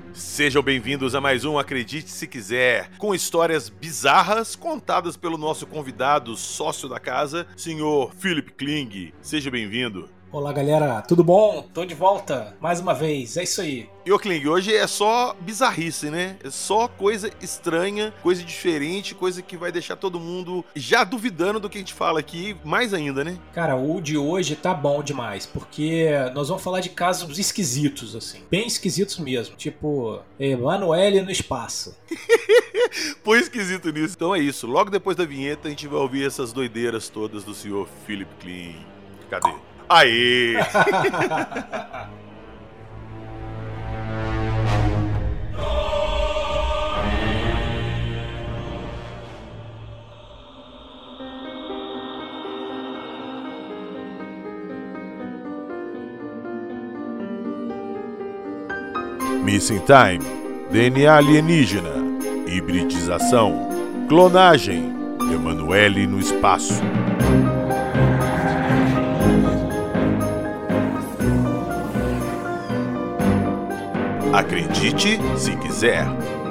Sejam bem-vindos a mais um Acredite Se Quiser, com histórias bizarras contadas pelo nosso convidado, sócio da casa, senhor Philip Kling. Seja bem-vindo. Olá, galera, tudo bom? Tô de volta mais uma vez, é isso aí. E o Kling, hoje é só bizarrice, né? É só coisa estranha, coisa diferente, coisa que vai deixar todo mundo já duvidando do que a gente fala aqui, mais ainda, né? Cara, o de hoje tá bom demais, porque nós vamos falar de casos esquisitos, assim, bem esquisitos mesmo, tipo Emanuele no espaço. Foi esquisito nisso. Então é isso, logo depois da vinheta a gente vai ouvir essas doideiras todas do senhor Philip Kling. Cadê? Aê! Missing Time, DNA alienígena, hibridização, clonagem, Emanuele no espaço. Acredite se quiser.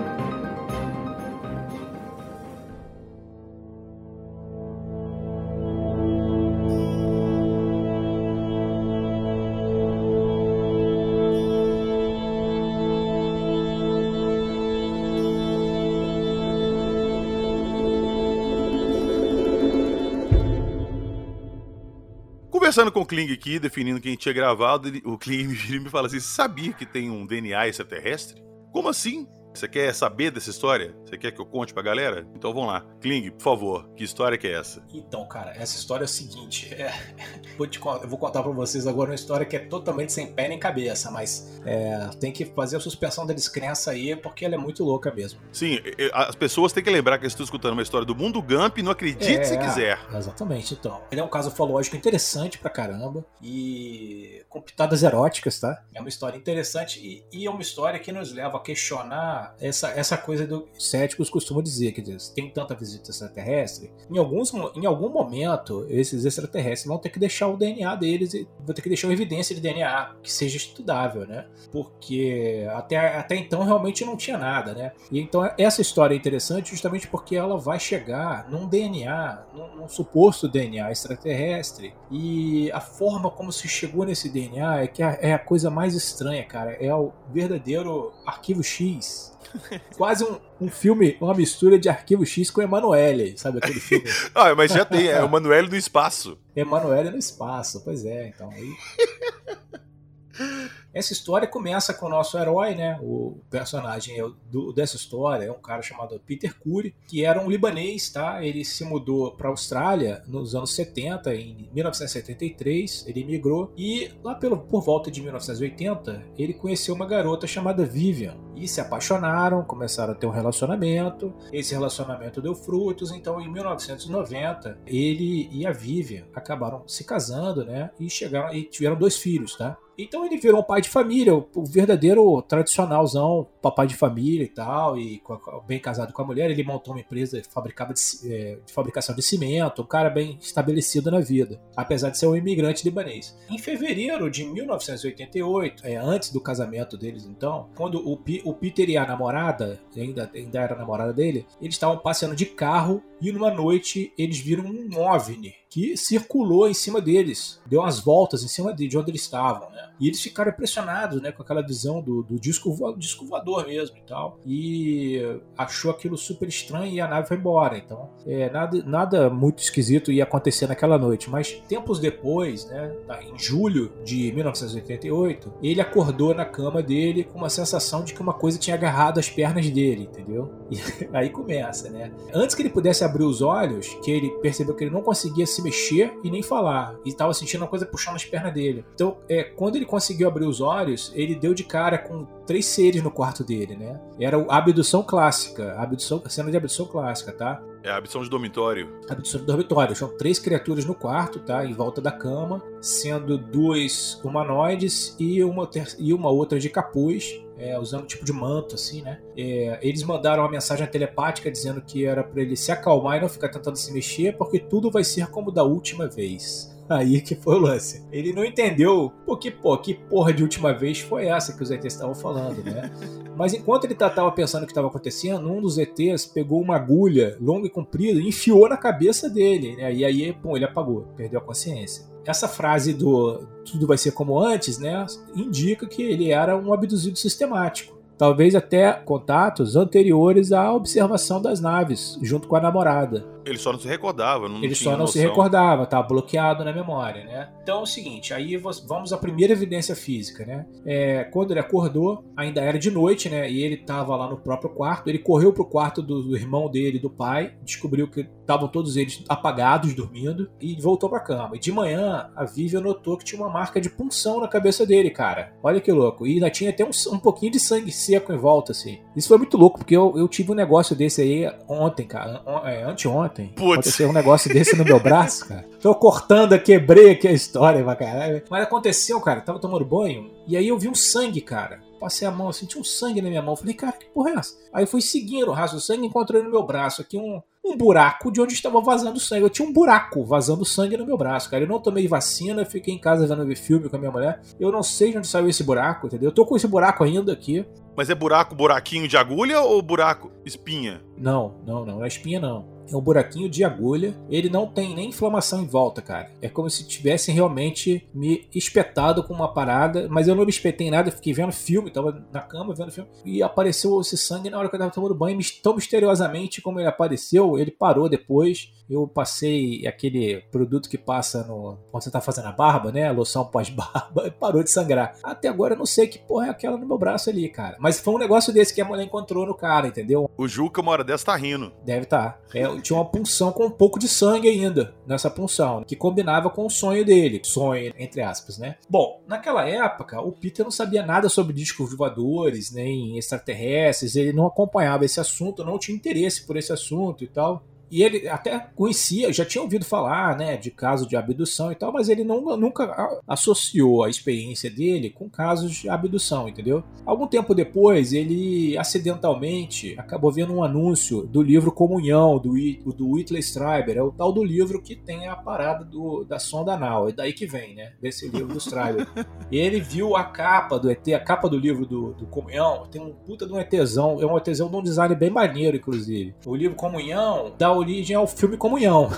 Conversando com o Kling aqui, definindo quem tinha gravado, o Kling me fala assim: sabia que tem um DNA extraterrestre? Como assim? Você quer saber dessa história? Você quer que eu conte pra galera? Então vamos lá. Kling, por favor, que história que é essa? Então, cara, essa história é o seguinte, eu vou contar pra vocês agora uma história que é totalmente sem pé nem cabeça, mas tem que fazer a suspensão da descrença aí, porque ela é muito louca mesmo. Sim, as pessoas têm que lembrar que eles estão escutando uma história do Mundo Gump e não acredite se quiser. Exatamente, então. Ele é um caso ufológico interessante pra caramba e com pitadas eróticas, tá? É uma história interessante e é uma história que nos leva a questionar essa coisa do céticos costumam dizer, quer dizer, tem tanta visita extraterrestre, em algum momento esses extraterrestres vão ter que deixar o DNA deles e vão ter que deixar uma evidência de DNA que seja estudável, né? Porque até então realmente não tinha nada, né? E então essa história é interessante justamente porque ela vai chegar num DNA, num suposto DNA extraterrestre, e a forma como se chegou nesse DNA é a coisa mais estranha, cara. É o verdadeiro Arquivo X. Quase um filme, uma mistura de Arquivo X com Emanuele, sabe aquele filme? Mas já tem, é o Emanuele no espaço. Emanuele no espaço, pois é, então aí... Essa história começa com o nosso herói, né? O personagem dessa história é um cara chamado Peter Curry, que era um libanês, tá? Ele se mudou para a Austrália nos anos 70, em 1973, ele migrou e lá por volta de 1980, ele conheceu uma garota chamada Vivian e se apaixonaram, começaram a ter um relacionamento, esse relacionamento deu frutos, então em 1990 ele e a Vivian acabaram se casando, né? E tiveram 2 filhos, tá? Então ele virou um pai de família, o verdadeiro tradicionalzão, papai de família e tal, e bem casado com a mulher. Ele montou uma empresa de fabricação de cimento, um cara bem estabelecido na vida, apesar de ser um imigrante libanês. Em fevereiro de 1988, antes do casamento deles então, quando o Peter e a namorada, ainda era a namorada dele, eles estavam passeando de carro e numa noite eles viram um OVNI que circulou em cima deles, deu umas voltas em cima de onde eles estavam, né? E eles ficaram impressionados, né, com aquela visão do disco voador mesmo e tal. E achou aquilo super estranho e a nave foi embora. Então, nada muito esquisito ia acontecer naquela noite. Mas tempos depois, né, em julho de 1988, ele acordou na cama dele com uma sensação de que uma coisa tinha agarrado as pernas dele, entendeu? E aí começa, né? Antes que ele pudesse abrir os olhos, que ele percebeu que ele não conseguia se mexer e nem falar. E estava sentindo uma coisa puxando as pernas dele. Então, quando ele conseguiu abrir os olhos, ele deu de cara com 3 seres no quarto dele, né? Era a abdução clássica, a cena de abdução clássica, tá? É a abdução de dormitório. Abdução de dormitório. São 3 criaturas no quarto, tá? Em volta da cama, sendo 2 humanoides e uma outra de capuz, usando um tipo de manto, assim, né? Eles mandaram uma mensagem telepática dizendo que era pra ele se acalmar e não ficar tentando se mexer, porque tudo vai ser como da última vez. Aí que foi o lance. Ele não entendeu que porra de última vez foi essa que os ETs estavam falando, né? Mas enquanto ele estava pensando o que estava acontecendo, um dos ETs pegou uma agulha longa e comprida e enfiou na cabeça dele, né? E aí, pum, ele apagou, perdeu a consciência. Essa frase do tudo vai ser como antes, né? Indica que ele era um abduzido sistemático. Talvez até contatos anteriores à observação das naves, junto com a namorada. Ele só não se recordava, não Ele tinha só não noção. se recordava, estava bloqueado na memória, né? Então é o seguinte, aí vamos à primeira evidência física, né? Quando ele acordou, ainda era de noite, né? E ele estava lá no próprio quarto, ele correu pro quarto do irmão dele, do pai, descobriu que estavam todos eles apagados, dormindo, e voltou pra cama. E de manhã, a Vivian notou que tinha uma marca de punção na cabeça dele, cara. Olha que louco. E ainda tinha até um pouquinho de sangue seco em volta, assim. Isso foi muito louco, porque eu tive um negócio desse aí ontem, cara. Anteontem. Aconteceu um negócio desse no meu braço, cara. Tô cortando, quebrei aqui a história, pra caralho. Mas aconteceu, cara. Tava tomando banho. E aí eu vi um sangue, cara. Passei a mão assim, tinha um sangue na minha mão. Falei, cara, que porra é essa? Aí eu fui seguindo o rastro do sangue e encontrei no meu braço aqui um buraco de onde estava vazando sangue. Eu tinha um buraco vazando sangue no meu braço, cara. Eu não tomei vacina, fiquei em casa vendo filme com a minha mulher. Eu não sei de onde saiu esse buraco, entendeu? Eu tô com esse buraco ainda aqui. Mas é buraquinho de agulha ou buraco espinha? Não é espinha não. É um buraquinho de agulha. Ele não tem nem inflamação em volta, cara. É como se tivessem realmente me espetado com uma parada. Mas eu não me espetei em nada. Eu fiquei vendo filme. Tava na cama vendo filme. E apareceu esse sangue na hora que eu tava tomando banho. Tão misteriosamente como ele apareceu, ele parou depois. Eu passei aquele produto que passa quando você tá fazendo a barba, né? A loção pós-barba. E parou de sangrar. Até agora eu não sei que porra é aquela no meu braço ali, cara. Mas foi um negócio desse que a mulher encontrou no cara, entendeu? O Juca, uma hora dessa, tá rindo. Deve estar. Tinha uma punção com um pouco de sangue ainda nessa punção, que combinava com o sonho dele. Sonho, entre aspas, né? Bom, naquela época, o Peter não sabia nada sobre discos voadores, nem extraterrestres, ele não acompanhava esse assunto, não tinha interesse por esse assunto e tal. E ele até conhecia, já tinha ouvido falar, né, de casos de abdução e tal, mas ele nunca associou a experiência dele com casos de abdução, entendeu? Algum tempo depois, ele acidentalmente acabou vendo um anúncio do livro Comunhão, do Whitley Strieber, é o tal do livro que tem a parada da sonda anal, é daí que vem, né, desse livro do Strieber. E ele viu a capa do ET, a capa do livro do Comunhão, tem um puta de um ETzão, é um ETzão de um design bem maneiro, inclusive. O livro Comunhão dá origem ao filme Comunhão.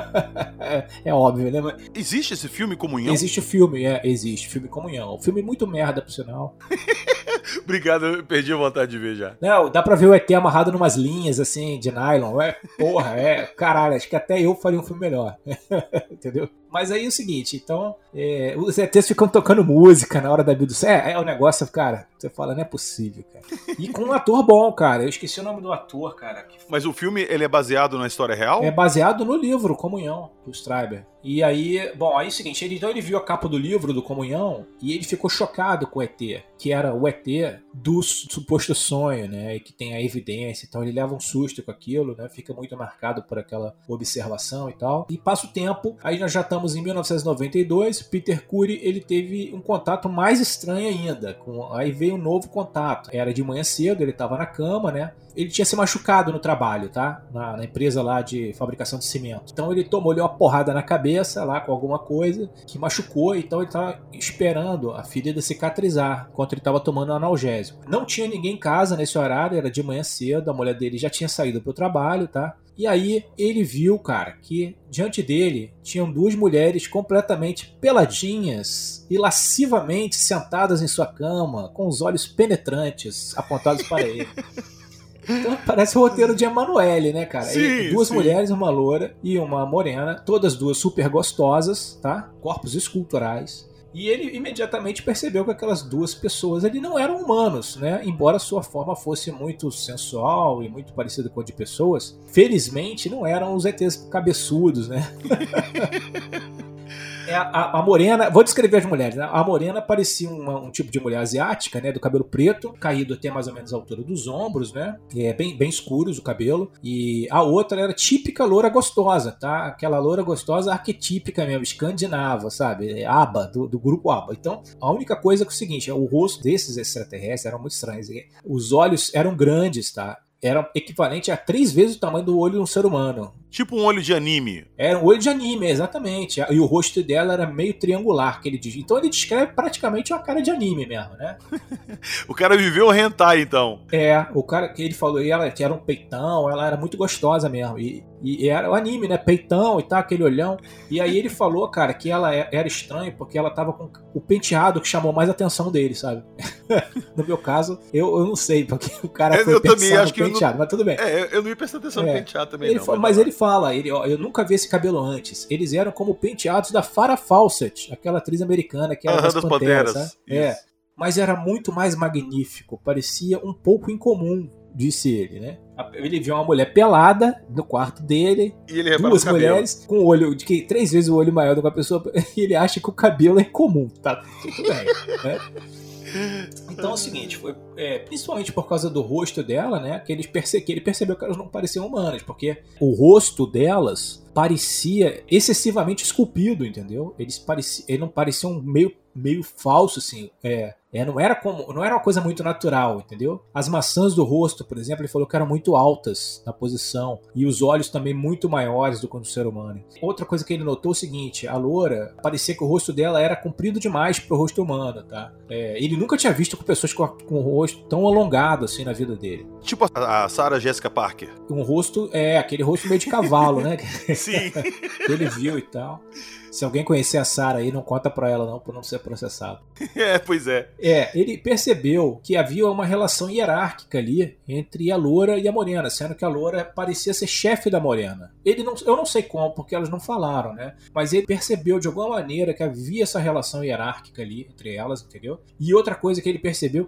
É óbvio, né? Mas existe esse filme Comunhão? existe o filme, existe. Filme Comunhão. Um filme muito merda, por sinal. Obrigado, eu perdi a vontade de ver já. Não, dá pra ver o ET amarrado numas linhas, assim, de nylon. Caralho, acho que até eu faria um filme melhor. Entendeu? Mas aí é o seguinte, então, os ETs ficam tocando música na hora da abdução. É um negócio, cara, você fala, não é possível, cara. E com um ator bom, cara. Eu esqueci o nome do ator, cara. Mas o filme, ele é baseado na história real? É baseado no livro Comunhão, do Strieber. E aí, bom, aí é o seguinte, então ele viu a capa do livro do Comunhão e ele ficou chocado com o ET, que era o ET do suposto sonho, né, e que tem a evidência, então ele leva um susto com aquilo, né, fica muito marcado por aquela observação e tal. E passa o tempo, aí nós já estamos em 1992, Peter Curry, ele teve um contato mais estranho ainda, aí veio um novo contato, era de manhã cedo, ele estava na cama, né, ele tinha se machucado no trabalho, tá? Na empresa lá de fabricação de cimento. Então ele tomou-lhe uma porrada na cabeça lá com alguma coisa que machucou, então ele estava esperando a ferida cicatrizar enquanto ele estava tomando um analgésico. Não tinha ninguém em casa nesse horário, era de manhã cedo, a mulher dele já tinha saído pro trabalho, tá? E aí ele viu, cara, que diante dele tinham duas mulheres completamente peladinhas e lascivamente sentadas em sua cama, com os olhos penetrantes apontados para ele. Então parece o roteiro de Emanuele, né, cara? Sim, duas sim. mulheres, uma loura e uma morena, todas duas super gostosas, tá? Corpos esculturais. E ele imediatamente percebeu que aquelas duas pessoas ali não eram humanos, né? Embora sua forma fosse muito sensual e muito parecida com a de pessoas, felizmente não eram os ETs cabeçudos, né? A morena, vou descrever as mulheres, né? A morena parecia um tipo de mulher asiática, né? Do cabelo preto, caído até mais ou menos a altura dos ombros, né? Bem escuros o cabelo. E a outra era típica loura gostosa, tá? Aquela loura gostosa arquetípica mesmo, escandinava, sabe? ABBA, do grupo ABBA. Então, a única coisa é, o seguinte, o rosto desses extraterrestres eram muito estranhos. Os olhos eram grandes, tá? Era equivalente a 3 vezes o tamanho do olho de um ser humano. Tipo um olho de anime. Era um olho de anime, exatamente. E o rosto dela era meio triangular, que ele diz. Então ele descreve praticamente uma cara de anime mesmo, né? O cara viveu o hentai, então. O cara que ele falou, ela que era um peitão, ela era muito gostosa mesmo. E era o anime, né? Peitão e tal, aquele olhão. E aí ele falou, cara, que ela era estranha porque ela tava com o penteado que chamou mais a atenção dele, sabe? No meu caso, eu não sei, porque o cara foi pensar no penteado, mas tudo bem. Eu não ia prestar atenção no penteado também, ele não. Fala, mas ele fala, eu nunca vi esse cabelo antes. Eles eram como penteados da Farrah Fawcett, aquela atriz americana que era das Panteras, sabe? Mas era muito mais magnífico, parecia um pouco incomum, disse ele, né? Ele viu uma mulher pelada no quarto dele, e ele duas mulheres com o olho de 3 vezes o olho maior do que a pessoa, e ele acha que o cabelo é incomum, tá tudo bem, né? Então é o seguinte, foi principalmente por causa do rosto dela, né, que ele percebeu que elas não pareciam humanas, porque o rosto delas parecia excessivamente esculpido, entendeu? Eles não pareciam meio falso, assim, não era uma coisa muito natural, entendeu? As maçãs do rosto, por exemplo, ele falou que eram muito altas na posição, e os olhos também muito maiores do que o do ser humano. Outra coisa que ele notou é o seguinte, a loura, parecia que o rosto dela era comprido demais pro rosto humano, tá? Ele nunca tinha visto com pessoas com o rosto tão alongado assim na vida dele. Tipo a Sarah Jessica Parker. Um rosto, aquele rosto meio de cavalo, né? Sim. Que ele viu e tal. Se alguém conhecer a Sarah aí, não conta pra ela não, pra não ser processado. Pois é. Ele percebeu que havia uma relação hierárquica ali entre a loura e a morena, sendo que a loura parecia ser chefe da morena. Eu não sei como, porque elas não falaram, né? Mas ele percebeu de alguma maneira que havia essa relação hierárquica ali entre elas, entendeu? E outra coisa que ele percebeu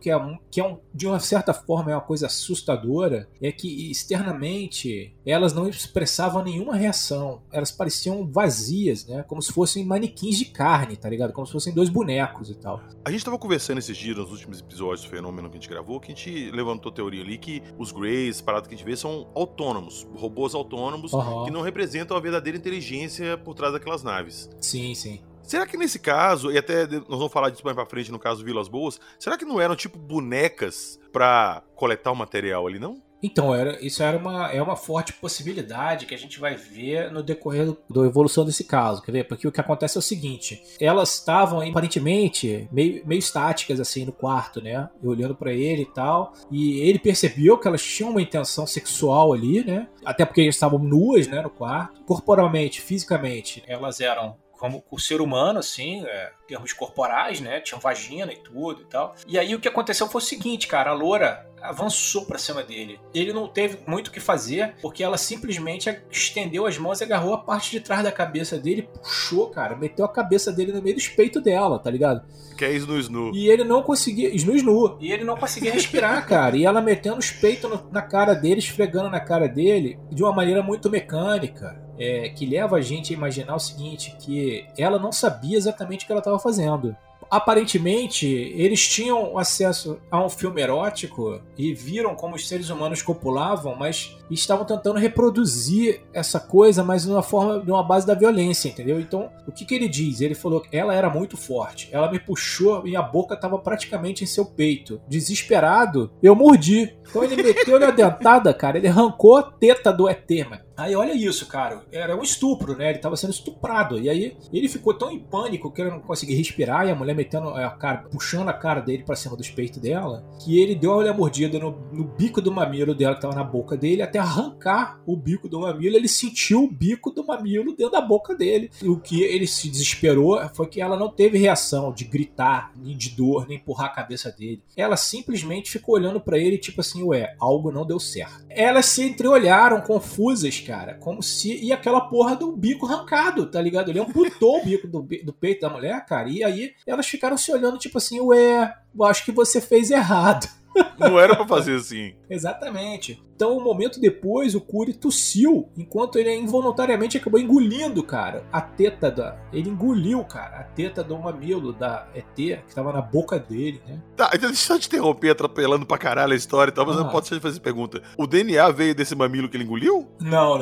de uma certa forma é uma coisa assustadora, é que externamente elas não expressavam nenhuma reação. Elas pareciam vazias, né? Como se fossem manequins de carne, tá ligado? Como se fossem 2 bonecos e tal. A gente tava conversando esses dias, nos últimos episódios do Fenômeno que a gente gravou, que a gente levantou a teoria ali que os Greys, paradas que a gente vê, são autônomos, robôs autônomos, que não representam a verdadeira inteligência por trás daquelas naves. Sim, sim. Será que nesse caso, e até nós vamos falar disso mais pra frente no caso do Vilas Boas, será que não eram tipo bonecas pra coletar o material ali, não? Então, isso era uma forte possibilidade que a gente vai ver no decorrer da evolução desse caso, quer ver? Porque o que acontece é o seguinte, elas estavam aparentemente meio estáticas assim no quarto, né? Olhando pra ele e tal, e ele percebeu que elas tinham uma intenção sexual ali, né? Até porque eles estavam nuas, né, no quarto. Corporalmente, fisicamente, elas eram como o ser humano, assim, em termos corporais, né? Tinham vagina e tudo e tal. E aí o que aconteceu foi o seguinte, cara, a loura avançou pra cima dele. Ele não teve muito o que fazer, porque ela simplesmente estendeu as mãos e agarrou a parte de trás da cabeça dele, puxou, cara, meteu a cabeça dele no meio do peito dela, tá ligado? Que é snu-snu. E ele não conseguia, snu-snu, e ele não conseguia respirar, cara, e ela metendo os peitos na cara dele, esfregando na cara dele, de uma maneira muito mecânica. Que leva a gente a imaginar o seguinte, que ela não sabia exatamente o que ela estava fazendo. Aparentemente, eles tinham acesso a um filme erótico e viram como os seres humanos copulavam, mas estavam tentando reproduzir essa coisa, mas de uma base da violência, entendeu? Então, o que ele diz? Ele falou que ela era muito forte, ela me puxou e a boca estava praticamente em seu peito. Desesperado, eu mordi. Então ele meteu na dentada, cara, ele arrancou a teta do ET, mano. Aí olha isso, cara, era um estupro, né? Ele tava sendo estuprado. E aí ele ficou tão em pânico que ele não conseguia respirar, e a mulher metendo a cara, puxando a cara dele pra cima dos peitos dela, que ele deu uma mordida no bico do mamilo dela, que tava na boca dele, até arrancar o bico do mamilo. Ele sentiu o bico do mamilo dentro da boca dele. E o que ele se desesperou foi que ela não teve reação de gritar, nem de dor, nem empurrar a cabeça dele. Ela simplesmente ficou olhando pra ele, tipo assim, algo não deu certo. Elas se entreolharam confusas, cara, como se... E aquela porra do bico arrancado, tá ligado? Ele amputou o bico do peito da mulher, cara, e aí elas ficaram se olhando, tipo assim, eu acho que você fez errado. Não era pra fazer assim. Exatamente. Então, um momento depois, o Curi tossiu, enquanto ele involuntariamente acabou engolindo, cara, a teta Ele engoliu, cara, a teta do mamilo da ET, que tava na boca dele, né? Tá, então deixa eu te interromper, atropelando pra caralho a história e tal, mas eu não posso fazer pergunta. O DNA veio desse mamilo que ele engoliu? Não.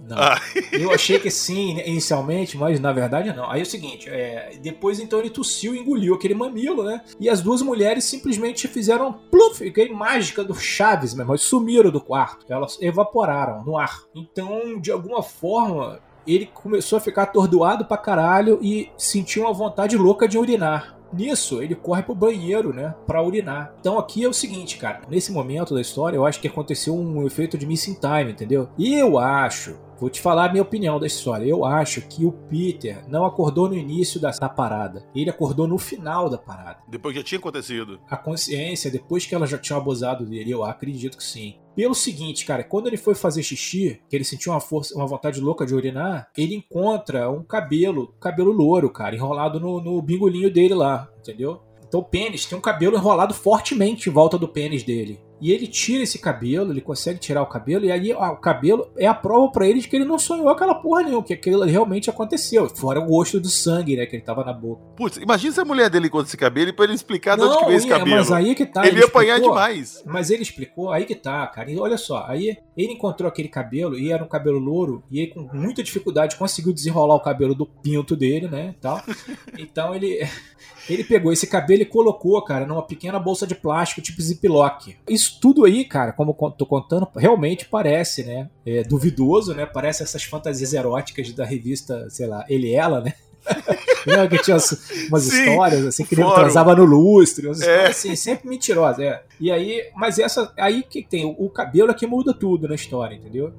Não. Eu achei que sim, inicialmente, mas na verdade não. Aí é o seguinte, depois então ele tossiu e engoliu aquele mamilo, né? E as duas mulheres simplesmente fizeram pluf, aquele mágica do Chaves, mas sumiram do quarto. Elas evaporaram no ar. Então, de alguma forma, ele começou a ficar atordoado pra caralho e sentiu uma vontade louca de urinar. Nisso, ele corre pro banheiro, né, pra urinar. Então aqui é o seguinte, cara, nesse momento da história, eu acho que aconteceu um efeito de missing time, entendeu? E eu acho, vou te falar a minha opinião da história, eu acho que o Peter não acordou no início da parada, ele acordou no final da parada. Depois que já tinha acontecido. A consciência, depois que ela já tinha abusado dele, eu acredito que sim. Pelo seguinte, cara, quando ele foi fazer xixi, que ele sentiu uma vontade louca de urinar, ele encontra um cabelo louro, cara, enrolado no bingolinho dele lá, entendeu? Então o pênis tem um cabelo enrolado fortemente em volta do pênis dele. E ele tira esse cabelo, ele consegue tirar o cabelo, e aí o cabelo é a prova pra ele de que ele não sonhou aquela porra nenhuma, que aquilo realmente aconteceu. Fora o gosto do sangue, né, que ele tava na boca. Putz, imagina se a mulher dele encontra esse cabelo e pra ele explicar de onde que veio esse cabelo. Mas aí que tá. Ele ia apanhar demais. Mas ele explicou, aí que tá, cara. E olha só, aí ele encontrou aquele cabelo, e era um cabelo louro, e ele com muita dificuldade conseguiu desenrolar o cabelo do pinto dele, né, tal. Então ele pegou esse cabelo e colocou, cara, numa pequena bolsa de plástico tipo Ziploc. Isso tudo aí, cara, como eu tô contando, realmente parece, né, duvidoso, né, parece essas fantasias eróticas da revista, sei lá, Ele e Ela, né. Lembra que tinha umas histórias assim, que ele transava no lustre, umas histórias assim, sempre mentirosas, E aí, mas aí que tem, o cabelo é que muda tudo na história, entendeu?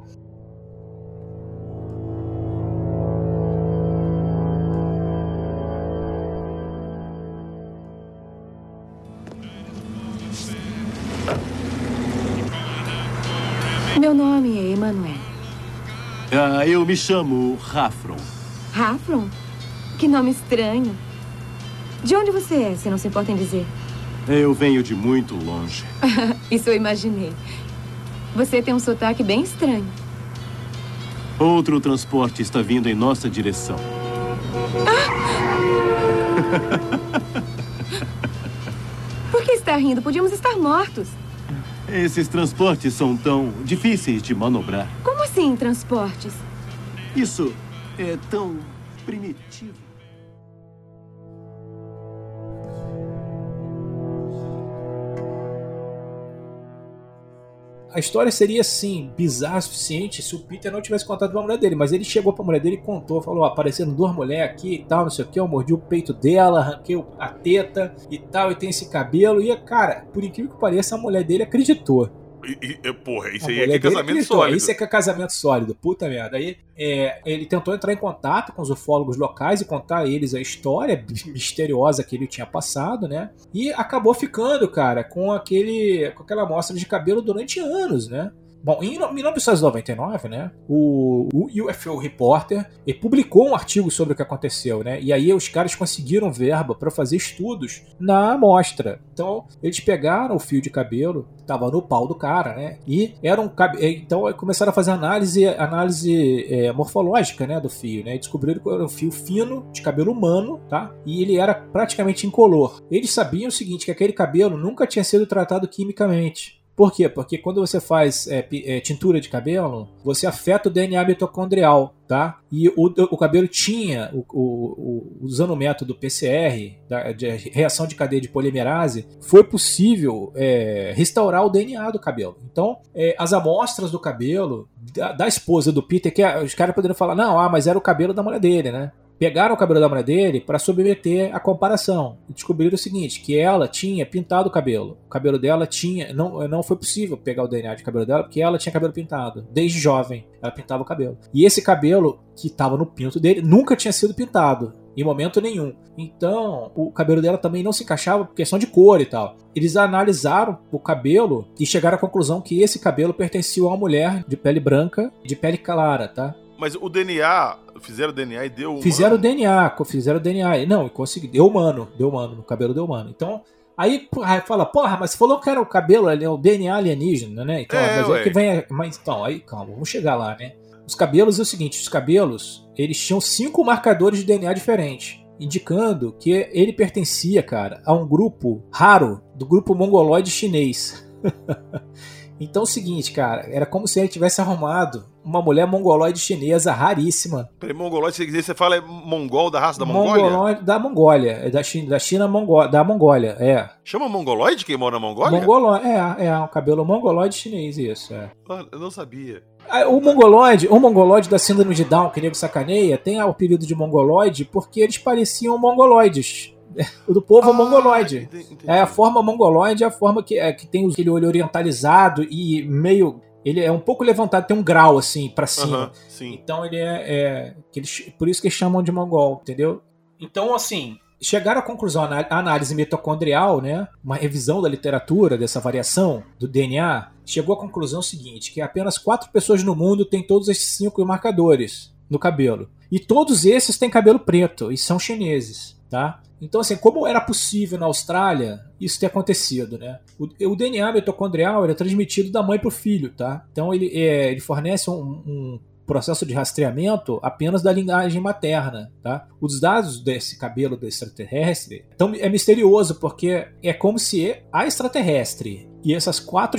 Meu nome é Emanuel. Eu me chamo Raffron. Raffron? Que nome estranho. De onde você é, se não se importa em dizer? Eu venho de muito longe. Isso eu imaginei. Você tem um sotaque bem estranho. Outro transporte está vindo em nossa direção. Por que está rindo? Podíamos estar mortos. Esses transportes são tão difíceis de manobrar. Como assim, transportes? Isso é tão primitivo. A história seria, assim, bizarra o suficiente se o Peter não tivesse contado pra mulher dele. Mas ele chegou pra mulher dele e contou. Falou, aparecendo duas mulheres aqui e tal, não sei o que. Eu mordi o peito dela, arranquei a teta e tal, e tem esse cabelo. E, cara, por incrível que pareça, a mulher dele acreditou. Porra, isso aí é que é casamento sólido. Isso é que é casamento sólido, puta merda. Aí ele tentou entrar em contato com os ufólogos locais e contar a eles a história misteriosa que ele tinha passado, né? E acabou ficando, cara, com aquela amostra de cabelo durante anos, né? Bom, em 1999, né, o UFO Reporter publicou um artigo sobre o que aconteceu, né, e aí os caras conseguiram verba para fazer estudos na amostra. Então, eles pegaram o fio de cabelo, tava no pau do cara, né, e era então começaram a fazer análise morfológica, né, do fio, né, e descobriram que era um fio fino de cabelo humano, tá, e ele era praticamente incolor. Eles sabiam o seguinte, que aquele cabelo nunca tinha sido tratado quimicamente. Por quê? Porque quando você faz tintura de cabelo, você afeta o DNA mitocondrial, tá? E o cabelo tinha, usando o método PCR, de reação de cadeia de polimerase, foi possível restaurar o DNA do cabelo. Então, as amostras do cabelo da esposa do Peter, que os caras poderiam falar, não, mas era o cabelo da mulher dele, né? Pegaram o cabelo da mulher dele para submeter a comparação e descobriram o seguinte, que ela tinha pintado o cabelo. O cabelo dela tinha... Não foi possível pegar o DNA de cabelo dela porque ela tinha cabelo pintado. Desde jovem, ela pintava o cabelo. E esse cabelo que estava no pinto dele nunca tinha sido pintado. Em momento nenhum. Então, o cabelo dela também não se encaixava por questão de cor e tal. Eles analisaram o cabelo e chegaram à conclusão que esse cabelo pertencia a uma mulher de pele branca e de pele clara, tá? Mas o DNA, fizeram o DNA e deu humano? Fizeram o DNA. Não, consegui, deu humano, no cabelo deu humano. Então, aí fala, porra, mas você falou que era o cabelo, o DNA alienígena, né? Então, mas que vem, mas então, aí calma, vamos chegar lá, né? Os cabelos é o seguinte, eles tinham 5 marcadores de DNA diferentes, indicando que ele pertencia, cara, a um grupo raro, do grupo mongoloide chinês. Então é o seguinte, cara, era como se ele tivesse arrumado uma mulher mongoloide chinesa raríssima. Peraí, mongoloide, você fala mongol da raça da Mongólia? Mongoloide da Mongólia, é da China da Mongólia, é. Chama mongoloide quem mora na Mongólia? É um cabelo mongoloide chinês, isso, é. Eu não sabia. O mongoloide da síndrome de Down, que nego sacaneia, tem o apelido de mongoloide porque eles pareciam mongoloides. O do povo mongoloide. Entendi. A forma mongoloide é a forma que tem aquele olho orientalizado e meio... Ele é um pouco levantado, tem um grau assim pra cima. Sim. Então ele por isso que eles chamam de mongol, entendeu? Então, assim, chegaram à conclusão, a análise mitocondrial, né, uma revisão da literatura dessa variação do DNA, chegou à conclusão seguinte, que apenas 4 pessoas no mundo têm todos esses 5 marcadores no cabelo. E todos esses têm cabelo preto e são chineses, tá? Então, assim, como era possível na Austrália isso ter acontecido, né? O DNA mitocondrial é transmitido da mãe para o filho, tá? Então, ele fornece um processo de rastreamento apenas da linhagem materna, tá? Os dados desse cabelo do extraterrestre é misterioso, porque é como se a extraterrestre e esses 4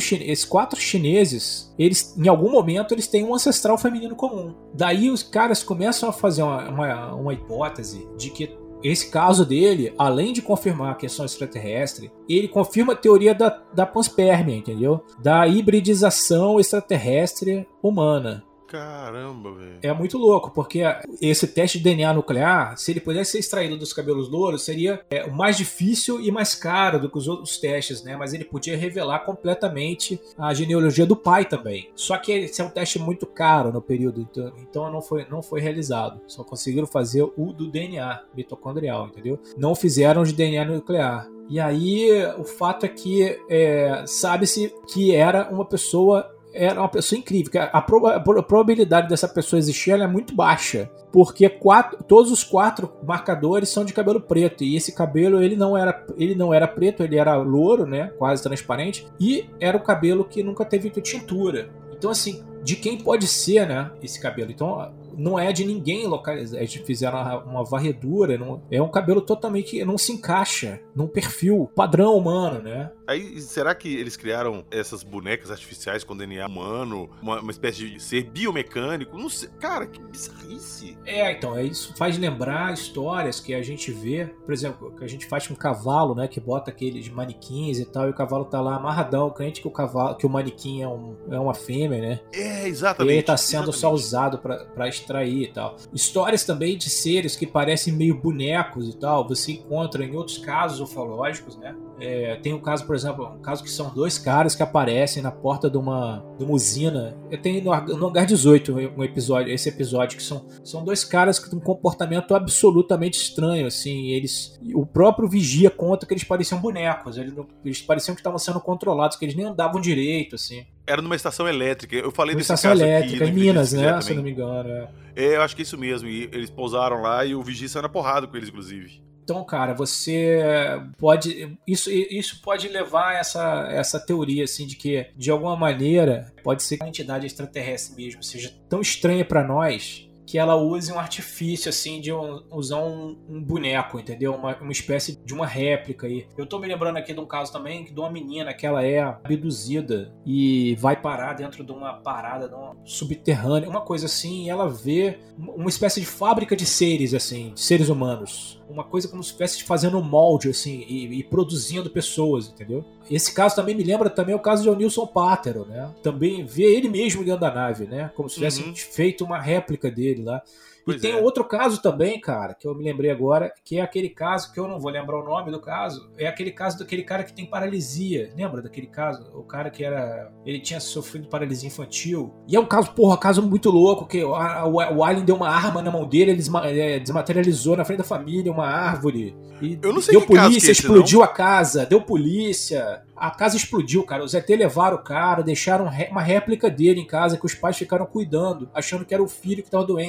chineses, eles, em algum momento, eles têm um ancestral feminino comum. Daí os caras começam a fazer uma hipótese de que esse caso dele, além de confirmar a questão extraterrestre, ele confirma a teoria da panspermia, entendeu? Da hibridização extraterrestre humana. Caramba, velho. É muito louco, porque esse teste de DNA nuclear, se ele pudesse ser extraído dos cabelos louros, seria o mais difícil e mais caro do que os outros testes, né? Mas ele podia revelar completamente a genealogia do pai também. Só que esse é um teste muito caro no período, então não foi realizado. Só conseguiram fazer o do DNA mitocondrial, entendeu? Não fizeram de DNA nuclear. E aí, o fato é que sabe-se que era uma pessoa incrível. A probabilidade dessa pessoa existir ela é muito baixa, porque todos os 4 marcadores são de cabelo preto, e esse cabelo ele não era preto, ele era louro, né, quase transparente, e era o cabelo que nunca teve tintura. Então, assim, de quem pode ser, né, esse cabelo? Então, não é de ninguém localizado. Eles fizeram uma varredura, é um cabelo totalmente... não se encaixa num perfil padrão humano, né? Aí, será que eles criaram essas bonecas artificiais com DNA humano? Uma espécie de ser biomecânico? Não sei. Cara, que bizarrice. Então, isso faz lembrar histórias que a gente vê, por exemplo, que a gente faz com o cavalo, né? Que bota aqueles manequins e tal, e o cavalo tá lá amarradão, crente que o manequim é uma fêmea, né? Exatamente. E ele tá sendo só usado pra extrair e tal. Histórias também de seres que parecem meio bonecos e tal, você encontra em outros casos ufológicos, né? Tem um caso, por exemplo, que são 2 caras que aparecem na porta de uma usina. Tem no Hangar 18 esse episódio, que são 2 caras que têm um comportamento absolutamente estranho, assim. O próprio vigia conta que eles pareciam bonecos, eles pareciam que estavam sendo controlados, que eles nem andavam direito, assim. Era numa estação elétrica. Eu falei desse estação caso elétrica, aqui, em Minas, né? também. Se eu não me engano. Eu acho que é isso mesmo. E eles pousaram lá e o vigia saiu na porrada com eles, inclusive. Então, cara, você pode... Isso pode levar a essa teoria, assim, de que, de alguma maneira, pode ser que a entidade extraterrestre mesmo seja tão estranha para nós que ela use um artifício, assim, de usar um boneco, entendeu? Uma espécie de uma réplica aí. Eu tô me lembrando aqui de um caso também, de uma menina que ela é abduzida e vai parar dentro de uma parada, de uma subterrânea, uma coisa assim, e ela vê uma espécie de fábrica de seres, assim, de seres humanos. Uma coisa como se estivesse fazendo um molde, assim, e produzindo pessoas, entendeu? Esse caso também me lembra também o caso de Nilson Pátero, né? Também vê ele mesmo dentro da nave, né? Como se tivesse feito uma réplica dele lá. Pois e tem outro caso também, cara, que eu me lembrei agora, que é aquele caso, que eu não vou lembrar o nome do caso, é aquele caso daquele cara que tem paralisia. Lembra daquele caso? O cara que ele tinha sofrido paralisia infantil. E é um caso, caso muito louco, que o alien deu uma arma na mão dele, ele desmaterializou na frente da família uma árvore. E eu não sei deu que caso polícia, que é esse, explodiu não. a casa, deu polícia. A casa explodiu, cara. Os ET levaram o cara, deixaram uma réplica dele em casa que os pais ficaram cuidando, achando que era o filho que estava doente.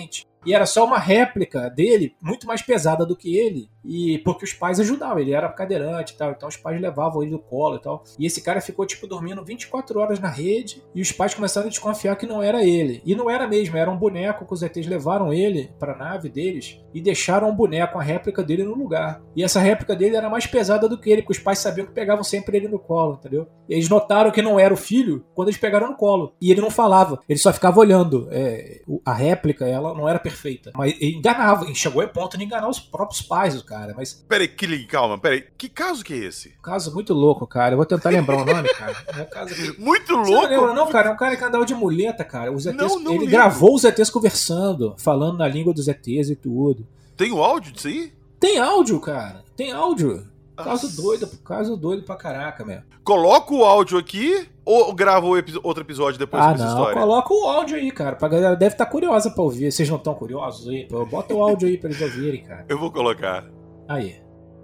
E era só uma réplica dele, muito mais pesada do que ele, e porque os pais ajudavam, ele era cadeirante e tal, então os pais levavam ele no colo e tal. E esse cara ficou, tipo, dormindo 24 horas na rede, e os pais começaram a desconfiar que não era ele. E não era mesmo, era um boneco que os ETs levaram ele pra nave deles e deixaram um boneco, a réplica dele no lugar. E essa réplica dele era mais pesada do que ele, porque os pais sabiam que pegavam sempre ele no colo, entendeu? E eles notaram que não era o filho quando eles pegaram no colo. E ele não falava, ele só ficava olhando. A réplica, ela não era perfeita. Mas ele enganava, ele chegou a ponto de enganar os próprios pais do cara. Mas... Peraí, calma, peraí. Que caso que é esse? Caso muito louco, cara. Eu vou tentar lembrar o nome, cara. É um caso... Muito louco? Você não lembra, não, cara? É um cara que andava de muleta, cara. Os ETs, não ele lembro. gravou os ETs conversando, falando na língua dos ETs e tudo. Tem o áudio disso aí? Tem áudio, cara. Tem áudio. Caso doido pra caraca, mesmo. Coloca o áudio aqui ou grava outro episódio depois com essa história? Coloca o áudio aí, cara. A galera deve estar curiosa pra ouvir. Vocês não estão curiosos aí? Bota o áudio aí pra eles ouvirem, cara. Eu vou colocar. Aí.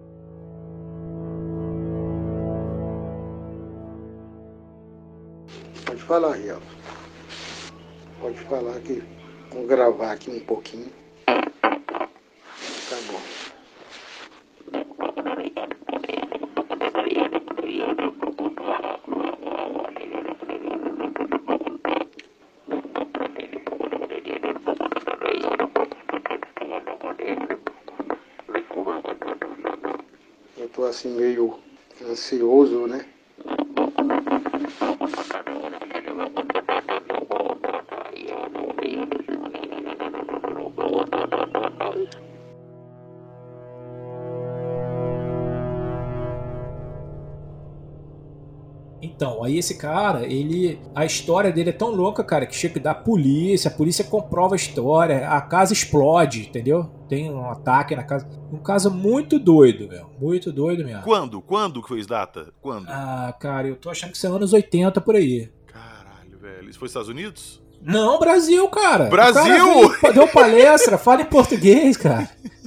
Pode falar, Riel. Pode falar que vou gravar aqui um pouquinho. Tá bom. Eu tô assim meio ansioso, né? Então, aí esse cara, a história dele é tão louca, cara, que chega da polícia, a polícia comprova a história, a casa explode, entendeu? Tem um ataque na casa. Um caso muito doido, meu. Muito doido mesmo. Quando que foi essa data? Quando? Ah, cara, eu tô achando que isso é anos 80 por aí. Caralho, velho. Isso foi Estados Unidos? Não, Brasil, cara. Brasil! O cara deu palestra, fala em português, cara.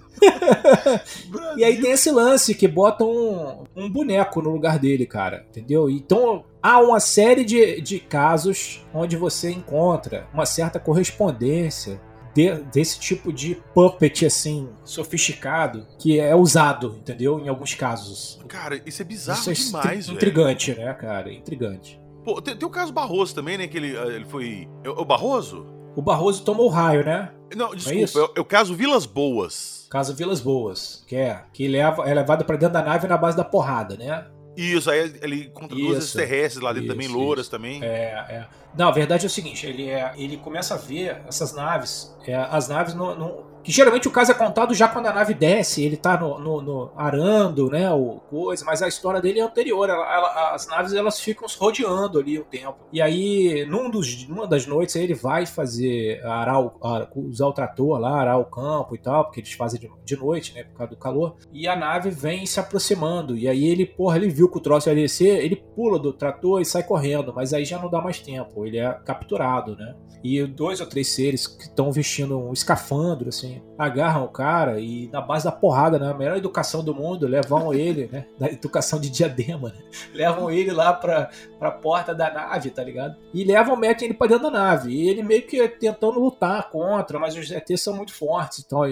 E aí tem esse lance que bota um boneco no lugar dele, cara, entendeu? Então há uma série de casos onde você encontra uma certa correspondência desse tipo de puppet, assim, sofisticado, que é usado, entendeu? Em alguns casos. Cara, isso é bizarro Isso é demais, velho. Intrigante, né, cara? Intrigante. Pô, tem o caso Barroso também, né? Que ele foi... O Barroso? O Barroso tomou o raio, né? Não, é desculpa, é o caso Vilas Boas. Caso Vilas Boas, que é levado pra dentro da nave na base da porrada, né? Isso, aí ele contra duas extraterrestres lá dentro também, louras também. Não, a verdade é o seguinte, ele começa a ver essas naves, as naves que geralmente o caso é contado já quando a nave desce, ele tá no arando, né, ou coisa, mas a história dele é anterior, as naves elas ficam se rodeando ali um tempo. E aí, numa das noites, ele vai fazer, usar o trator lá, arar o campo e tal, porque eles fazem de noite, né, por causa do calor, e a nave vem se aproximando, e aí ele viu que o troço ia descer, ele pula do trator e sai correndo, mas aí já não dá mais tempo, ele é capturado, né? E 2 ou 3 seres que estão vestindo um escafandro, assim, agarram o cara e na base da porrada, né? A melhor educação do mundo, levam ele, né? Da educação de Diadema, né? Levam ele lá pra porta da nave, tá ligado? E metem ele pra dentro da nave. E ele meio que tentando lutar contra, mas os ETs são muito fortes então,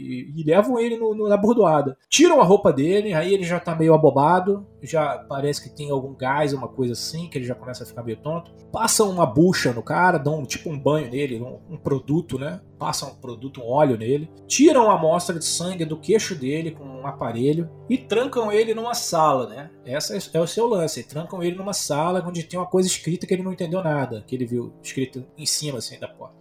e levam ele na bordoada. Tiram a roupa dele, aí ele já tá meio abobado, já parece que tem algum gás, uma coisa assim, que ele já começa a ficar meio tonto. Passam uma bucha no cara, dão tipo um banho nele, um produto, né? Passam um produto, um óleo nele. Tiram a amostra de sangue do queixo dele com um aparelho e trancam ele numa sala, né? Esse é o seu lance. E trancam ele numa sala onde tem uma coisa escrita que ele não entendeu nada, que ele viu escrito em cima, assim, da porta.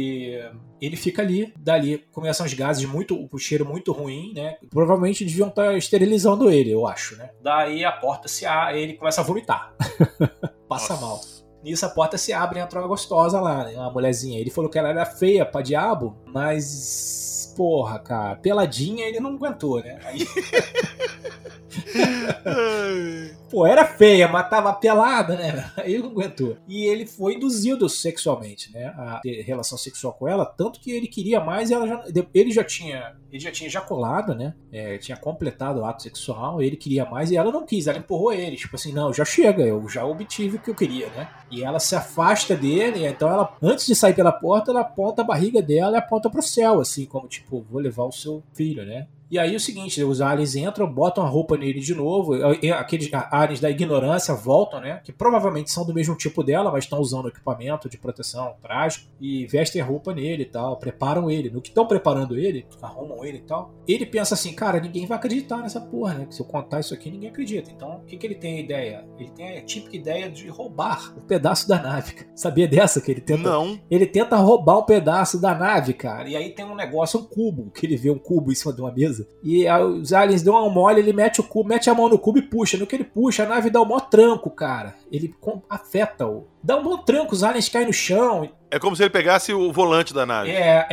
E ele fica ali, dali começam os gases o cheiro muito ruim, né? Provavelmente deviam estar esterilizando ele, eu acho, né? Daí a porta se abre, ele começa a vomitar. Passa mal. Nisso a porta se abre e entra uma gostosa lá, né? Uma mulherzinha. Ele falou que ela era feia pra diabo, mas... Porra, cara, peladinha ele não aguentou, né? Aí... Pô, era feia, mas tava pelada, né? Aí ele não aguentou. E ele foi induzido sexualmente, né? A ter relação sexual com ela, tanto que ele queria mais e ele já tinha ejaculado, né? Tinha completado o ato sexual, ele queria mais e ela não quis, ela empurrou ele. Tipo assim, não, já chega, eu já obtive o que eu queria, né? E ela se afasta dele, então ela, antes de sair pela porta, ela aponta a barriga dela e aponta pro céu, assim, como tipo, vou levar o seu filho, né? E aí o seguinte, os aliens entram, botam a roupa nele de novo, aqueles aliens da ignorância voltam, né? Que provavelmente são do mesmo tipo dela, mas estão usando equipamento de proteção, traje, e vestem a roupa nele e tal, preparam ele. No que estão preparando ele, arrumam ele e tal, ele pensa assim, cara, ninguém vai acreditar nessa porra, né? Que se eu contar isso aqui, ninguém acredita. Então, o que ele tem a ideia? Ele tem a típica ideia de roubar um pedaço da nave. Sabia dessa que ele tenta? Não. Ele tenta roubar um pedaço da nave, cara. E aí tem um negócio, um cubo, que ele vê um cubo em cima de uma mesa. E aí, os aliens dão uma mole, ele mete o cubo, mete a mão no cubo e puxa. No que ele puxa, a nave dá um maior tranco, cara. Ele afeta-o. Dá um bom tranco, os aliens caem no chão. É como se ele pegasse o volante da nave.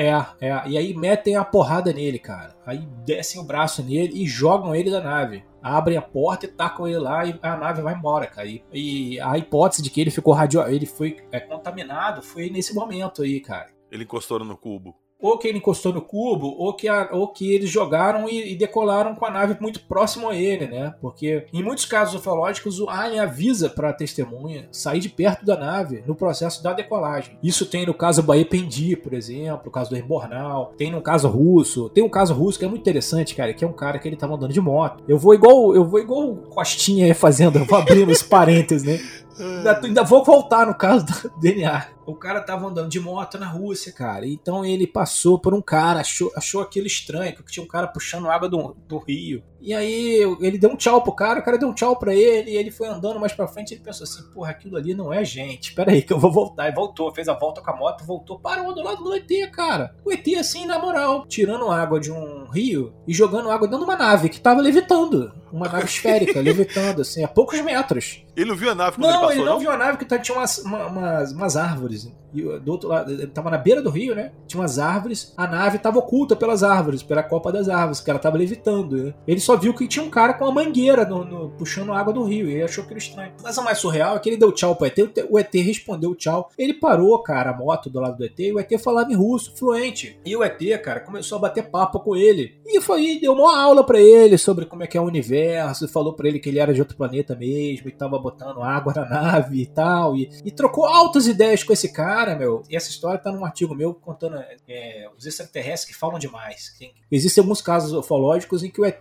E aí metem a porrada nele, cara. Aí descem o braço nele e jogam ele da nave. Abrem a porta e tacam ele lá e a nave vai embora, cara. E a hipótese de que ele ficou ele foi contaminado foi nesse momento aí, cara. Ele encostou no cubo. Ou que ele encostou no cubo, ou que eles jogaram e decolaram com a nave muito próximo a ele, né? Porque em muitos casos ufológicos, o alien avisa para a testemunha sair de perto da nave no processo da decolagem. Isso tem no caso Bahia Pendi, por exemplo, o caso do Embornal, tem no caso russo, tem um caso russo que é muito interessante, cara, que é um cara que ele tava andando de moto. Eu vou igual o Costinha fazendo, eu vou abrindo os parênteses, né? Ainda vou voltar no caso do DNA. O cara tava andando de moto na Rússia, cara. Então ele passou por um cara, achou aquilo estranho, que tinha um cara puxando água do rio. E aí ele deu um tchau pro cara, o cara deu um tchau pra ele, e ele foi andando mais pra frente, ele pensou assim, porra, aquilo ali não é gente, espera aí que eu vou voltar. E voltou, fez a volta com a moto, voltou, parou do lado do ET, cara. O ET assim, na moral, tirando água de um rio e jogando água dentro de uma nave que tava levitando. Uma nave esférica, levitando assim, a poucos metros. Ele não viu a nave quando ele passou, ele não viu a nave, que tinha umas árvores. E do outro lado, ele tava na beira do rio, né? Tinha umas árvores, a nave tava oculta pelas árvores, pela copa das árvores, que ela tava levitando, né? Ele só viu que tinha um cara com uma mangueira puxando água do rio, e ele achou aquilo estranho. Mas o mais surreal é que ele deu tchau pro ET, o ET respondeu tchau. Ele parou, cara, a moto do lado do ET, e o ET falava em russo, fluente. E o ET, cara, começou a bater papo com ele. E deu uma aula pra ele sobre como é que é o universo, falou pra ele que ele era de outro planeta mesmo, e tava botando água na nave e tal, e trocou altas ideias com esse cara, meu. E essa história tá num artigo meu contando os extraterrestres que falam demais. Existem alguns casos ufológicos em que o ET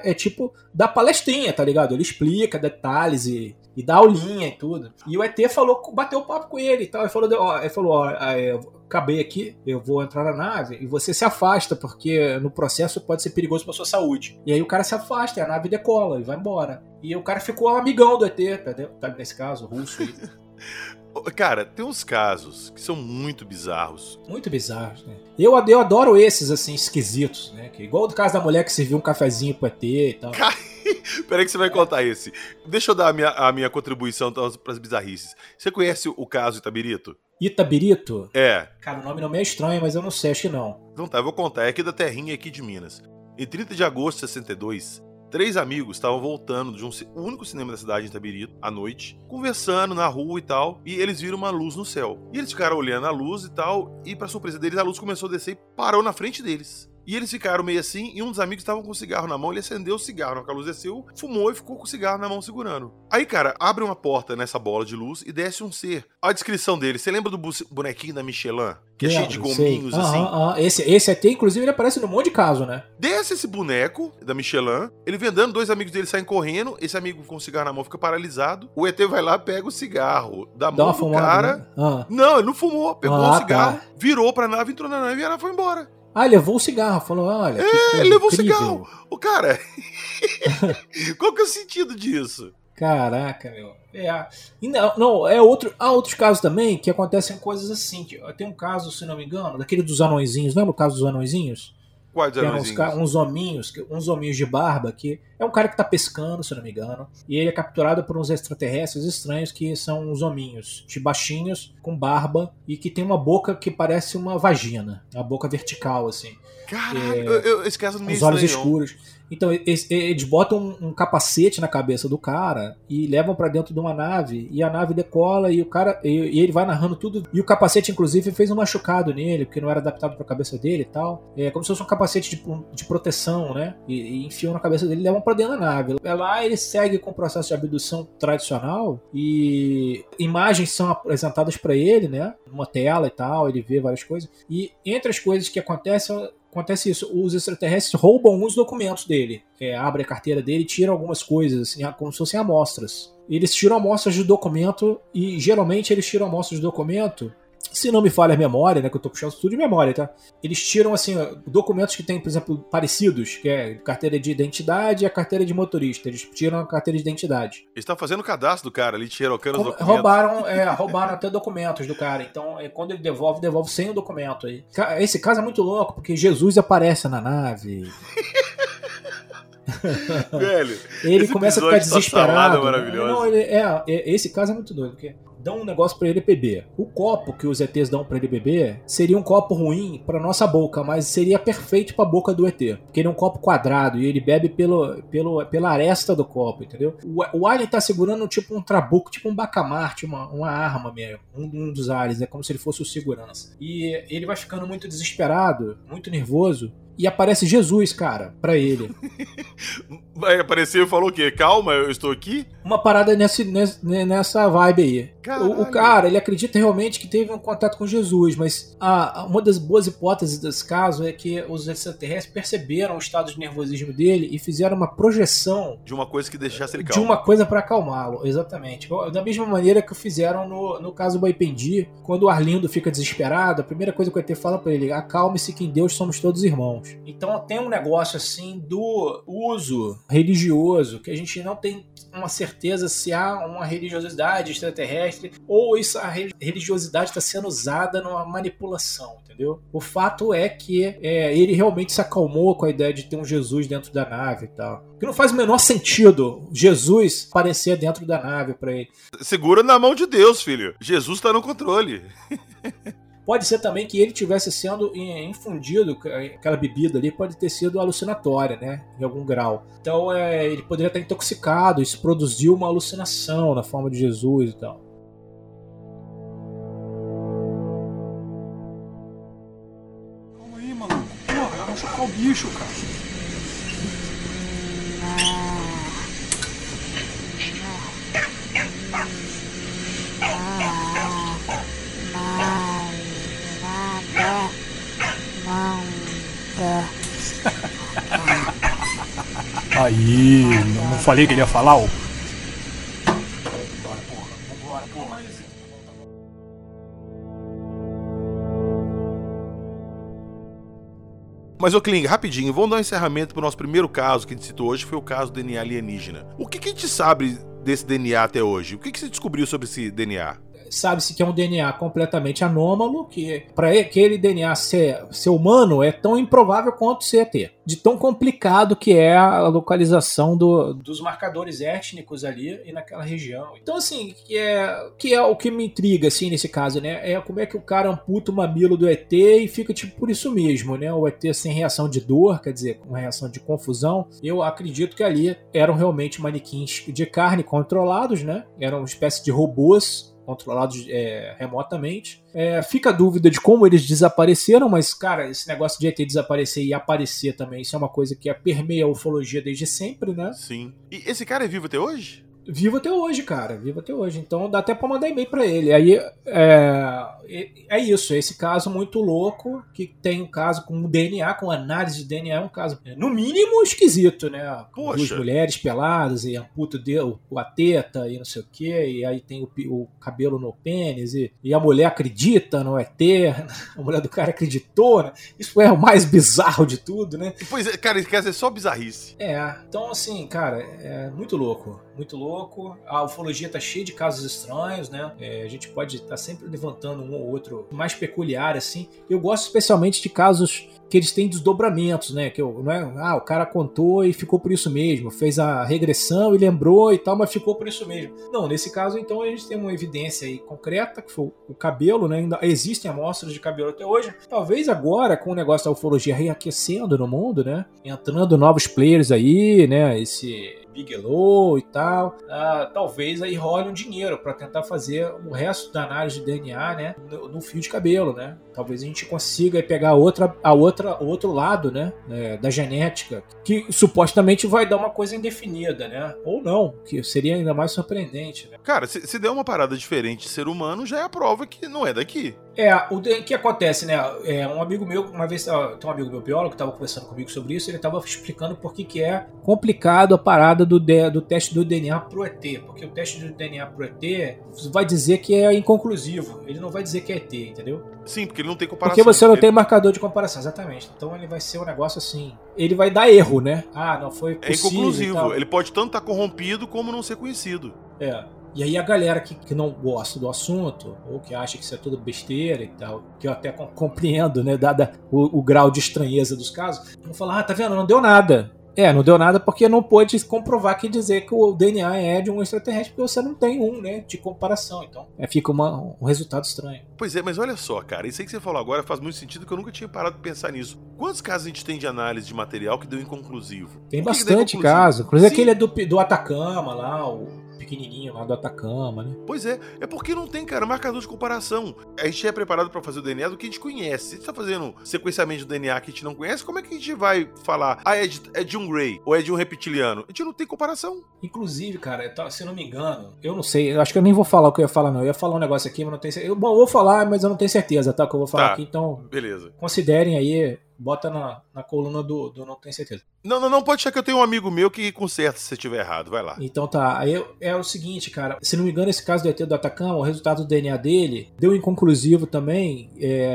dá palestrinha, tá ligado? Ele explica detalhes e dá aulinha e tudo. E o ET bateu papo com ele e tal. Ele falou, acabei aqui, eu vou entrar na nave e você se afasta, porque no processo pode ser perigoso pra sua saúde. E aí o cara se afasta, e a nave decola e vai embora. E o cara ficou amigão do ET, tá nesse caso, russo aí. Cara, tem uns casos que são muito bizarros. Muito bizarros, né? Eu adoro esses, assim, esquisitos, né? Que, igual o caso da mulher que serviu um cafezinho pro ET e tal. Peraí que você vai contar esse. Deixa eu dar a minha contribuição pras bizarrices. Você conhece o caso Itabirito? Itabirito? É. Cara, o nome não me é estranho, mas eu não sei, acho que não. Então tá, eu vou contar. É aqui da terrinha, aqui de Minas. Em 30 de agosto de 62... 3 amigos estavam voltando de um único cinema da cidade, em Itabirito, à noite, conversando na rua e tal, e eles viram uma luz no céu. E eles ficaram olhando a luz e tal, e pra surpresa deles, a luz começou a descer e parou na frente deles. E eles ficaram meio assim, e um dos amigos estava com um cigarro na mão, ele acendeu o cigarro, na hora que a luz desceu, fumou e ficou com o cigarro na mão segurando. Aí, cara, abre uma porta nessa bola de luz e desce um ser. A descrição dele, você lembra do bonequinho da Michelin? Que é cheio de gominhos, assim? Esse ET, inclusive, ele aparece num monte de caso, né? Desce esse boneco da Michelin, ele vem andando, 2 amigos dele saem correndo, esse amigo com o cigarro na mão fica paralisado, o ET vai lá, pega o cigarro da mão do cara. Né? Não, ele não fumou, pegou o cigarro, virou pra nave, entrou na nave e ela foi embora. Levou o cigarro, falou, olha... ele levou o cigarro. O cara... Qual que é o sentido disso? Caraca, meu. Há outros casos também que acontecem coisas assim. Tem um caso, se não me engano, daquele dos anõezinhos. Lembra o caso dos anõezinhos? Quais Que eram eram uns hominhos de barba, que é um cara que tá pescando, se eu não me engano, e ele é capturado por uns extraterrestres estranhos que são uns hominhos de baixinhos, com barba, e que tem uma boca que parece uma vagina, uma boca vertical, assim. Caralho, esse caso não me Os olhos estranhou. escuros. Então, eles botam um capacete na cabeça do cara e levam pra dentro de uma nave, e a nave decola e o cara e ele vai narrando tudo. E o capacete, inclusive, fez um machucado nele, porque não era adaptado pra cabeça dele e tal. É como se fosse um capacete de proteção, né? E enfiam na cabeça dele e levam pra dentro da nave. Lá ele segue com o processo de abdução tradicional e imagens são apresentadas pra ele, né? Numa tela e tal, ele vê várias coisas. E entre as coisas que acontece isso, os extraterrestres roubam os documentos dele, abrem a carteira dele e tiram algumas coisas, assim, como se fossem amostras. Eles tiram amostras de documento e geralmente eles tiram amostras de documento, se não me falha a memória, né, que eu tô puxando tudo de memória, tá? Eles tiram, assim, documentos que tem, por exemplo, parecidos, que é carteira de identidade e a carteira de motorista. Eles tiram a carteira de identidade. Eles estão fazendo o cadastro do cara ali, xerocando os documentos. Roubaram até documentos do cara. Então, quando ele devolve sem o documento aí. Esse caso é muito louco, porque Jesus aparece na nave. Velho, ele começa a ficar desesperado. Maravilhosa. Esse caso é muito doido, porque dão um negócio pra ele beber. O copo que os ETs dão pra ele beber seria um copo ruim pra nossa boca, mas seria perfeito pra boca do ET. Porque ele é um copo quadrado e ele bebe pela aresta do copo, entendeu? O alien tá segurando tipo um trabuco, tipo um bacamarte, uma arma mesmo. Um dos aliens, é como se ele fosse o segurança. E ele vai ficando muito desesperado, muito nervoso. E aparece Jesus, cara, pra ele. Vai aparecer e falou o quê? Calma, eu estou aqui? Uma parada nessa vibe aí. O cara, ele acredita realmente que teve um contato com Jesus, mas uma das boas hipóteses desse caso é que os extraterrestres perceberam o estado de nervosismo dele e fizeram uma projeção de uma coisa que deixasse ele calmo. De uma coisa pra acalmá-lo, exatamente. Da mesma maneira que fizeram no caso do Baipendi, quando o Arlindo fica desesperado, a primeira coisa que o ET fala pra ele: acalme-se que em Deus somos todos irmãos. Então tem um negócio assim do uso religioso, que a gente não tem uma certeza se há uma religiosidade extraterrestre ou a religiosidade está sendo usada numa manipulação, entendeu? O fato é que ele realmente se acalmou com a ideia de ter um Jesus dentro da nave e tal. Que não faz o menor sentido Jesus aparecer dentro da nave pra ele. Segura na mão de Deus, filho. Jesus tá no controle. Pode ser também que ele tivesse sendo infundido, aquela bebida ali pode ter sido alucinatória, né? Em algum grau. Então ele poderia estar intoxicado, isso produziu uma alucinação na forma de Jesus e tal. Calma aí, maluco. Porra, vai machucar o bicho, cara. Aí, não falei que ele ia falar, ó. Vambora, porra. Mas, ô Kling, rapidinho, vamos dar um encerramento pro nosso primeiro caso que a gente citou hoje, que foi o caso do DNA alienígena. O que a gente sabe desse DNA até hoje? O que você descobriu sobre esse DNA? Sabe-se que é um DNA completamente anômalo, que para aquele DNA ser humano é tão improvável quanto ser ET. De tão complicado que é a localização dos marcadores étnicos ali e naquela região. Então, assim, que é o que me intriga, assim, nesse caso, né? É como é que o cara amputa o mamilo do ET e fica, tipo, por isso mesmo, né? O ET sem reação de dor, quer dizer, uma reação de confusão. Eu acredito que ali eram realmente manequins de carne controlados, né? Eram uma espécie de robôs controlados remotamente. Fica a dúvida de como eles desapareceram, mas, cara, esse negócio de ET desaparecer e aparecer também, isso é uma coisa que permeia a ufologia desde sempre, né? Sim. E esse cara é vivo até hoje? Vivo até hoje, cara. Vivo até hoje. Então dá até pra mandar e-mail pra ele. Aí é isso. Esse caso muito louco, que tem um caso com DNA, com análise de DNA, é um caso, no mínimo, esquisito, né? Poxa. Duas mulheres peladas e amputa a teta e não sei o quê, e aí tem o cabelo no pênis, e a mulher acredita no ET, a mulher do cara acreditou, né? Isso é o mais bizarro de tudo, né? Pois é, cara, isso quer dizer só bizarrice. Então assim, cara, é muito louco. Muito louco. A ufologia tá cheia de casos estranhos, né? A gente pode estar sempre levantando um ou outro mais peculiar, assim. Eu gosto especialmente de casos que eles têm desdobramentos, né? Não é, o cara contou e ficou por isso mesmo, fez a regressão e lembrou e tal, mas ficou por isso mesmo. Não, nesse caso, então, a gente tem uma evidência aí concreta, que foi o cabelo, né? Ainda existem amostras de cabelo até hoje. Talvez agora, com o negócio da ufologia reaquecendo no mundo, né? Entrando novos players aí, né? Esse Bigelow e tal, talvez aí role um dinheiro para tentar fazer o resto da análise de DNA, né, no fio de cabelo, né? Talvez a gente consiga pegar o outro lado, né, da genética, que supostamente vai dar uma coisa indefinida, né? Ou não, que seria ainda mais surpreendente, né? Cara, se der uma parada diferente de ser humano, já é a prova que não é daqui. O que acontece, né? Um amigo meu, uma vez, tem um amigo meu biólogo que estava conversando comigo sobre isso, ele estava explicando por que é complicado a parada do teste do DNA pro ET, porque o teste do DNA pro ET vai dizer que é inconclusivo, ele não vai dizer que é ET, entendeu? Sim, porque ele não tem comparação. Porque você não tem marcador de comparação, exatamente. Então ele vai ser um negócio assim, ele vai dar erro, né? Não foi possível. É inconclusivo, ele pode tanto estar corrompido como não ser conhecido. E aí a galera que não gosta do assunto, ou que acha que isso é tudo besteira e tal, que eu até compreendo, né, dada o grau de estranheza dos casos, vão falar, tá vendo, não deu nada. Não deu nada porque não pôde comprovar que dizer que o DNA é de um extraterrestre, porque você não tem né, de comparação. Então, fica um resultado estranho. Pois é, mas olha só, cara, isso aí que você falou agora faz muito sentido, que eu nunca tinha parado de pensar nisso. Quantos casos a gente tem de análise de material que deu inconclusivo? Tem bastante caso. Inclusive aquele do Atacama lá, o pequenininho lá do Atacama, né? Pois é porque não tem, cara, marcador de comparação. A gente é preparado pra fazer o DNA do que a gente conhece. Se a gente tá fazendo sequenciamento do DNA que a gente não conhece, como é que a gente vai falar, é de um Grey ou é de um reptiliano? A gente não tem comparação. Inclusive, cara, se eu não me engano, eu não sei, eu acho que eu nem vou falar o que eu ia falar, não. Eu ia falar um negócio aqui, mas não tenho certeza. Bom, eu vou falar, mas eu não tenho certeza, tá? O que eu vou falar aqui, então. Beleza. Considerem aí. Bota na coluna do não tenho certeza. Não, pode ser que eu tenho um amigo meu que conserta se você estiver errado, vai lá. Então tá, aí é o seguinte, cara, se não me engano esse caso do ET do Atacama, o resultado do DNA dele deu inconclusivo também,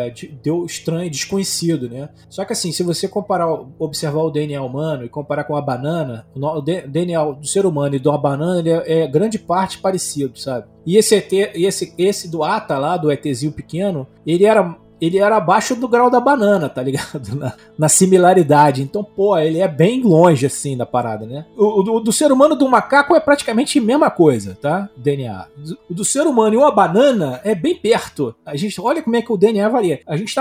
deu estranho, desconhecido, né? Só que assim, se você observar o DNA humano e comparar com a banana, o DNA do ser humano e de uma banana, ele é grande parte parecido, sabe? E esse ET, esse do Ata lá, do ETzinho pequeno, ele era abaixo do grau da banana, tá ligado? Na similaridade. Então, ele é bem longe, assim, da parada, né? O do ser humano e do macaco é praticamente a mesma coisa, tá? DNA. O do ser humano e uma banana é bem perto. Olha como é que o DNA varia.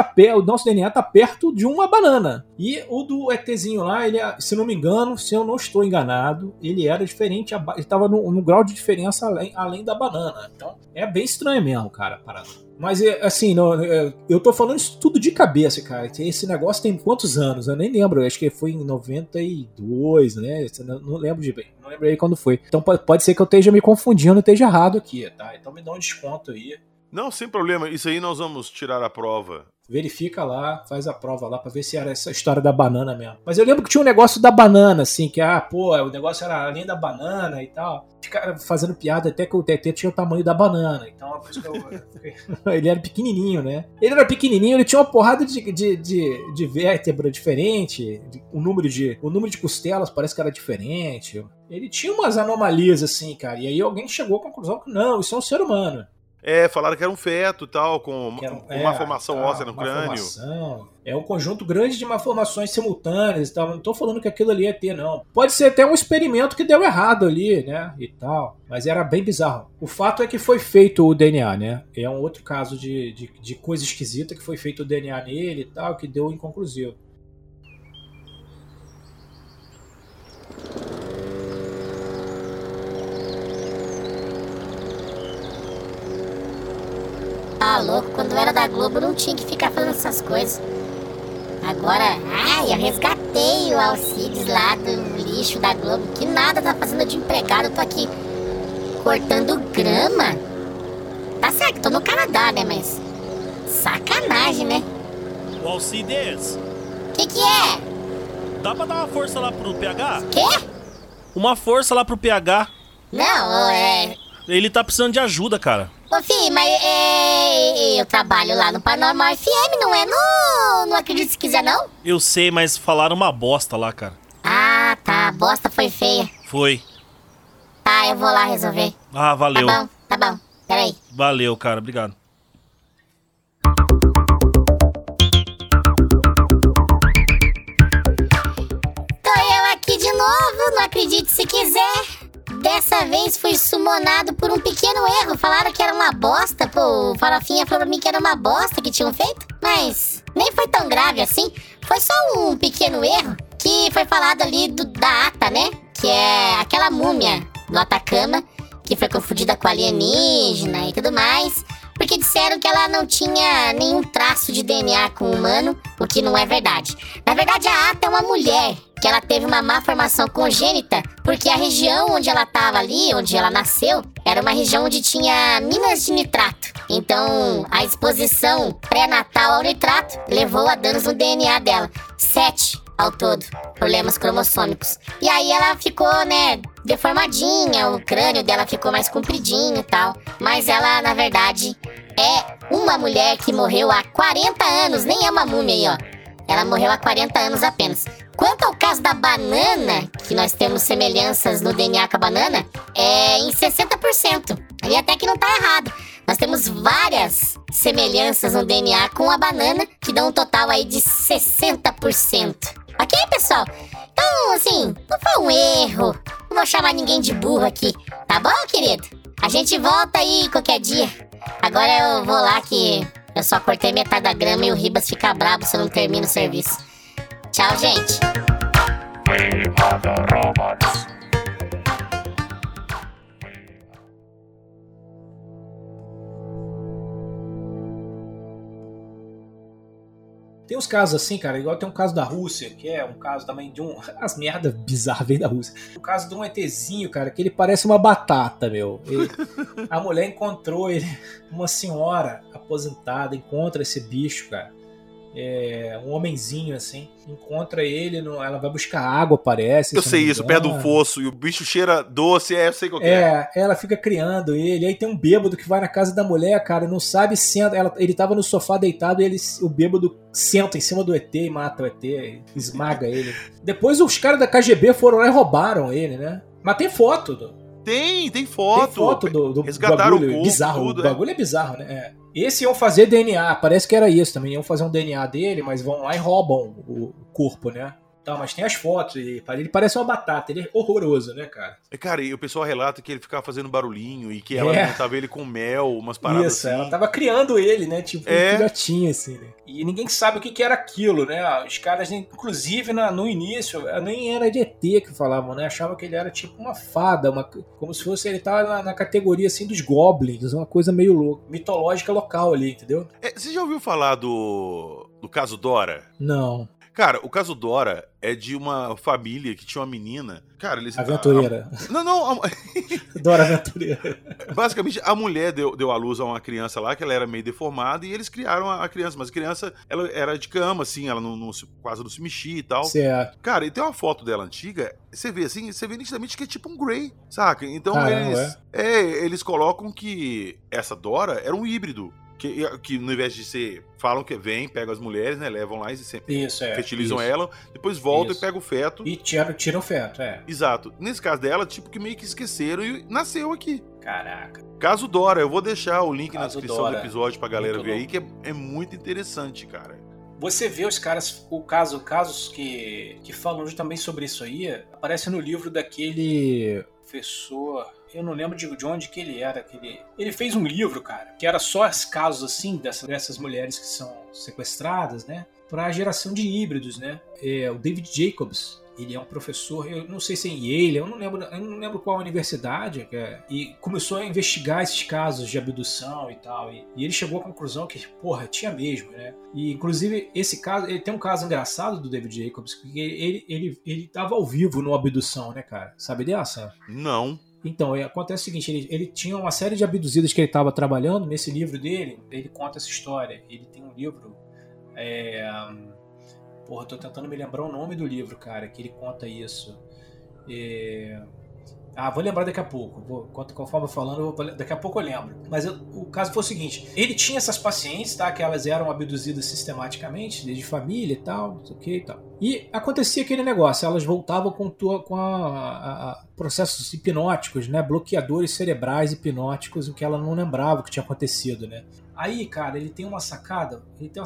O nosso DNA tá perto de uma banana. E o do ETzinho lá, ele, se não me engano, se eu não estou enganado, ele era diferente, ele tava no grau de diferença além da banana. Então, é bem estranho mesmo, cara, a parada. Mas, assim, eu tô falando isso tudo de cabeça, cara. Esse negócio tem quantos anos? Eu nem lembro. Acho que foi em 92, né? Não lembro de bem. Não lembro aí quando foi. Então pode ser que eu esteja me confundindo, esteja errado aqui, tá? Então me dá um desconto aí. Não, sem problema. Isso aí nós vamos tirar a prova. Verifica lá, faz a prova lá pra ver se era essa história da banana mesmo. Mas eu lembro que tinha um negócio da banana, assim, que, o negócio era além da banana e tal. Ficaram fazendo piada até que o TT tinha o tamanho da banana. Então, por isso que ele era pequenininho, né? Ele era pequenininho, ele tinha uma porrada de vértebra diferente. O número de costelas parece que era diferente. Ele tinha umas anomalias, assim, cara. E aí alguém chegou à conclusão que não, isso é um ser humano. Falaram que era um feto e tal, com uma formação óssea no crânio. É um conjunto grande de malformações simultâneas e tal. Não tô falando que aquilo ali é ET, não. Pode ser até um experimento que deu errado ali, né? E tal. Mas era bem bizarro. O fato é que foi feito o DNA, né? É um outro caso de coisa esquisita que foi feito o DNA nele e tal, que deu inconclusivo. Ah, louco, quando eu era da Globo não tinha que ficar fazendo essas coisas. Agora, eu resgatei o Alcides lá do lixo da Globo, que nada tá fazendo de empregado, eu tô aqui cortando grama. Tá certo, tô no Canadá, né, mas sacanagem, né? O Alcides. Que é? Dá pra dar uma força lá pro PH? Quê? Uma força lá pro PH. Não, Ele tá precisando de ajuda, cara. Ô, filho, mas eu trabalho lá no Paranormal FM, não é? Não acredito se quiser, não? Eu sei, mas falaram uma bosta lá, cara. Ah, tá. A bosta foi feia. Foi. Tá, eu vou lá resolver. Ah, valeu. Tá bom. Peraí. Valeu, cara. Obrigado. Dessa vez fui sumonado por um pequeno erro. Falaram que era uma bosta. Pô, o Farofinha falou pra mim que era uma bosta que tinham feito. Mas nem foi tão grave assim. Foi só um pequeno erro que foi falado ali da Ata, né? Que é aquela múmia do Atacama que foi confundida com alienígena e tudo mais. Porque disseram que ela não tinha nenhum traço de DNA com o humano, o que não é verdade. Na verdade, a Ata é uma mulher, que ela teve uma má formação congênita, porque a região onde ela estava ali, onde ela nasceu, era uma região onde tinha minas de nitrato. Então, a exposição pré-natal ao nitrato levou a danos no DNA dela. 7 ao todo, problemas cromossômicos. E aí ela ficou, né, deformadinha, o crânio dela ficou mais compridinho e tal. Mas ela, na verdade, é uma mulher que morreu há 40 anos, nem é uma múmia aí, ó. Ela morreu há 40 anos apenas. Quanto ao caso da banana, que nós temos semelhanças no DNA com a banana, é em 60%. E até que não tá errado. Nós temos várias semelhanças no DNA com a banana, que dão um total aí de 60%. Ok, pessoal? Então, assim, não foi um erro. Não vou chamar ninguém de burro aqui. Tá bom, querido? A gente volta aí qualquer dia. Agora eu vou lá que eu só cortei metade da grama e o Ribas fica brabo se eu não termino o serviço. Tchau, gente. Tem uns casos assim, cara, igual tem um caso da Rússia, que é um caso também de as merdas bizarras vem da Rússia. O caso de um ETzinho, cara, que ele parece uma batata, meu. A mulher encontrou ele, uma senhora aposentada, encontra esse bicho, cara. Um homenzinho, assim, encontra ele, ela vai buscar água, parece. Eu sei isso, perto do fosso, e o bicho cheira doce, eu sei qual que é. Ela fica criando ele, aí tem um bêbado que vai na casa da mulher, cara, não sabe, senta, ele tava no sofá deitado e o bêbado senta em cima do ET e mata o ET, esmaga ele. Depois os caras da KGB foram lá e roubaram ele, né? Mas tem foto, Tem foto. Tem foto do Resgataram bagulho o corpo, bizarro. tudo, O bagulho é bizarro, né? Esse iam fazer DNA, parece que era isso também. Iam fazer um DNA dele, mas vão lá e roubam o corpo, né? Tá, mas tem as fotos, ele parece uma batata, ele é horroroso, né, cara? Cara, e o pessoal relata que ele ficava fazendo barulhinho e que ela alimentava ele com mel, umas paradas isso, assim. Ela tava criando ele, né, tipo um filhotinho, assim, né? E ninguém sabe o que era aquilo, né? Os caras, inclusive, no início, nem era de ET que falavam, né? Achavam que ele era tipo uma fada, como se fosse, ele tava na categoria, assim, dos goblins, uma coisa meio louca, mitológica local ali, entendeu? Você já ouviu falar do caso Dora? Não. Cara, o caso Dora é de uma família que tinha uma menina. Cara, eles. Aventureira. Não. Dora Aventureira. Basicamente, a mulher deu à luz a uma criança lá, que ela era meio deformada, e eles criaram a criança. Mas a criança, ela era de cama, assim, ela quase não se mexia e tal. Certo. Cara, e tem uma foto dela antiga, você vê nitidamente que é tipo um Grey, saca? Então eles colocam que essa Dora era um híbrido. Que no invés de ser, falam que vem, pegam as mulheres, né, levam lá e fertilizam ela, depois voltam e pegam o feto. E tiram o feto, Exato. Nesse caso dela, tipo que meio que esqueceram e nasceu aqui. Caraca. Caso Dora, eu vou deixar o link na descrição Dora. do episódio pra galera Muito ver louco. aí, que é muito interessante, cara. Você vê os caras, casos que falam também sobre isso aí, aparece no livro daquele professor, eu não lembro de onde que ele era, ele fez um livro, cara, que era só os casos assim, dessas mulheres que são sequestradas, né, para a geração de híbridos, né. O David Jacobs, ele é um professor, eu não sei se é em Yale, eu não lembro qual universidade, e começou a investigar esses casos de abdução e tal, e ele chegou à conclusão que, porra, tinha mesmo, né? E, inclusive, esse caso, ele tem um caso engraçado do David Jacobs, porque ele tava ao vivo numa abdução, né, cara? Sabe dessa? Não. Então, acontece o seguinte, ele tinha uma série de abduzidas que ele estava trabalhando, nesse livro dele, ele conta essa história, ele tem um livro, porra, tô tentando me lembrar o nome do livro, cara, que ele conta isso. Vou lembrar daqui a pouco. Conforme eu falando, daqui a pouco eu lembro. Mas o caso foi o seguinte: ele tinha essas pacientes, tá? Que elas eram abduzidas sistematicamente, desde família e tal, não sei o que e tal. E acontecia aquele negócio, elas voltavam com processos hipnóticos, né? Bloqueadores cerebrais hipnóticos, o que ela não lembrava o que tinha acontecido, né? Aí, cara, ele tem uma sacada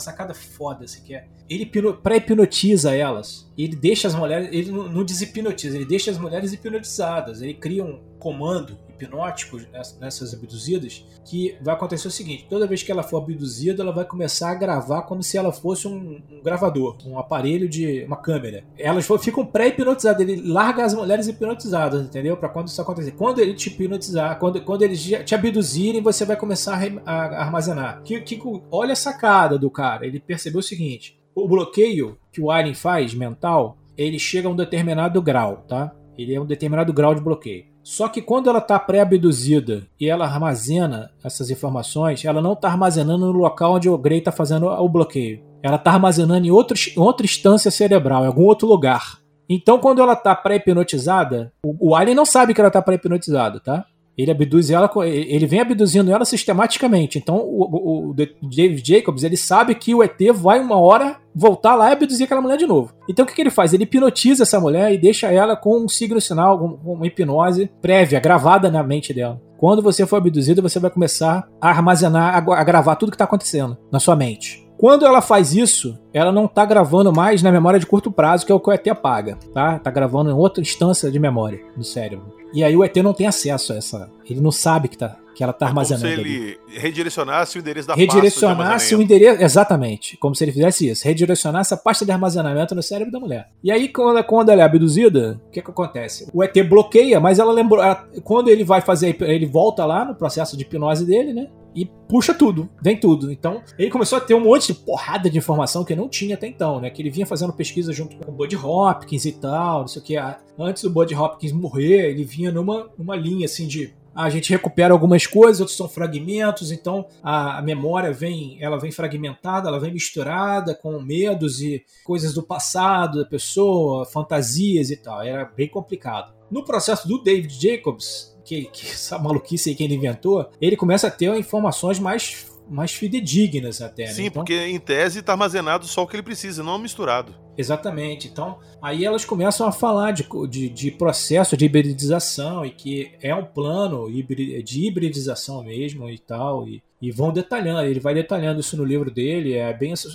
foda, você quer. Ele pré-hipnotiza elas. Ele deixa as mulheres, ele não deshipnotiza, ele deixa as mulheres hipnotizadas. Ele cria um comando hipnótico nessas abduzidas, que vai acontecer o seguinte: toda vez que ela for abduzida, ela vai começar a gravar como se ela fosse um gravador, um aparelho de uma câmera. Elas ficam pré-hipnotizadas, ele larga as mulheres hipnotizadas, entendeu? Pra quando isso acontecer. Quando ele te hipnotizar, quando eles te abduzirem, você vai começar a armazenar. Olha a sacada do cara, ele percebeu o seguinte: o bloqueio que o Alien faz, mental, ele chega a um determinado grau, tá? Ele é um determinado grau de bloqueio. Só que quando ela está pré-abduzida e ela armazena essas informações, ela não está armazenando no local onde o Grey está fazendo o bloqueio. Ela está armazenando em outra instância cerebral, em algum outro lugar. Então, quando ela está pré-hipnotizada, o Alien não sabe que ela está pré-hipnotizada, tá? Ele abduz ela, ele vem abduzindo ela sistematicamente. Então, o David Jacobs, ele sabe que o ET vai uma hora voltar lá e abduzir aquela mulher de novo. Então, o que ele faz? Ele hipnotiza essa mulher e deixa ela com um signo sinal, uma hipnose prévia, gravada na mente dela. Quando você for abduzido, você vai começar a armazenar, a gravar tudo que está acontecendo na sua mente. Quando ela faz isso, ela não está gravando mais na memória de curto prazo, que é o que o ET apaga, tá? Tá gravando em outra instância de memória do cérebro. E aí o ET não tem acesso a essa... Ele não sabe que ela tá armazenando ali. Como se ele redirecionasse o endereço da redirecionasse o endereço, exatamente. Como se ele fizesse isso. Redirecionasse a pasta de armazenamento no cérebro da mulher. E aí, quando ela é abduzida, o que acontece? O ET bloqueia, mas ela lembrou... Quando ele vai fazer... Ele volta lá no processo de hipnose dele, né? E puxa tudo, vem tudo. Então, ele começou a ter um monte de porrada de informação que não tinha até então, né? Que ele vinha fazendo pesquisa junto com o Bud Hopkins e tal, não sei o que. Antes do Bud Hopkins morrer, ele vinha numa linha assim de... A gente recupera algumas coisas, outros são fragmentos, então a memória ela vem fragmentada, ela vem misturada com medos e coisas do passado da pessoa, fantasias e tal. Era bem complicado. No processo do David Jacobs, que essa maluquice aí que ele inventou, ele começa a ter informações mais fidedignas até, né? Sim, então, porque em tese está armazenado só o que ele precisa, não misturado. Exatamente. Então, aí elas começam a falar de processo de hibridização e que é um plano de hibridização mesmo e tal, e vão detalhando, ele vai detalhando isso no livro dele, é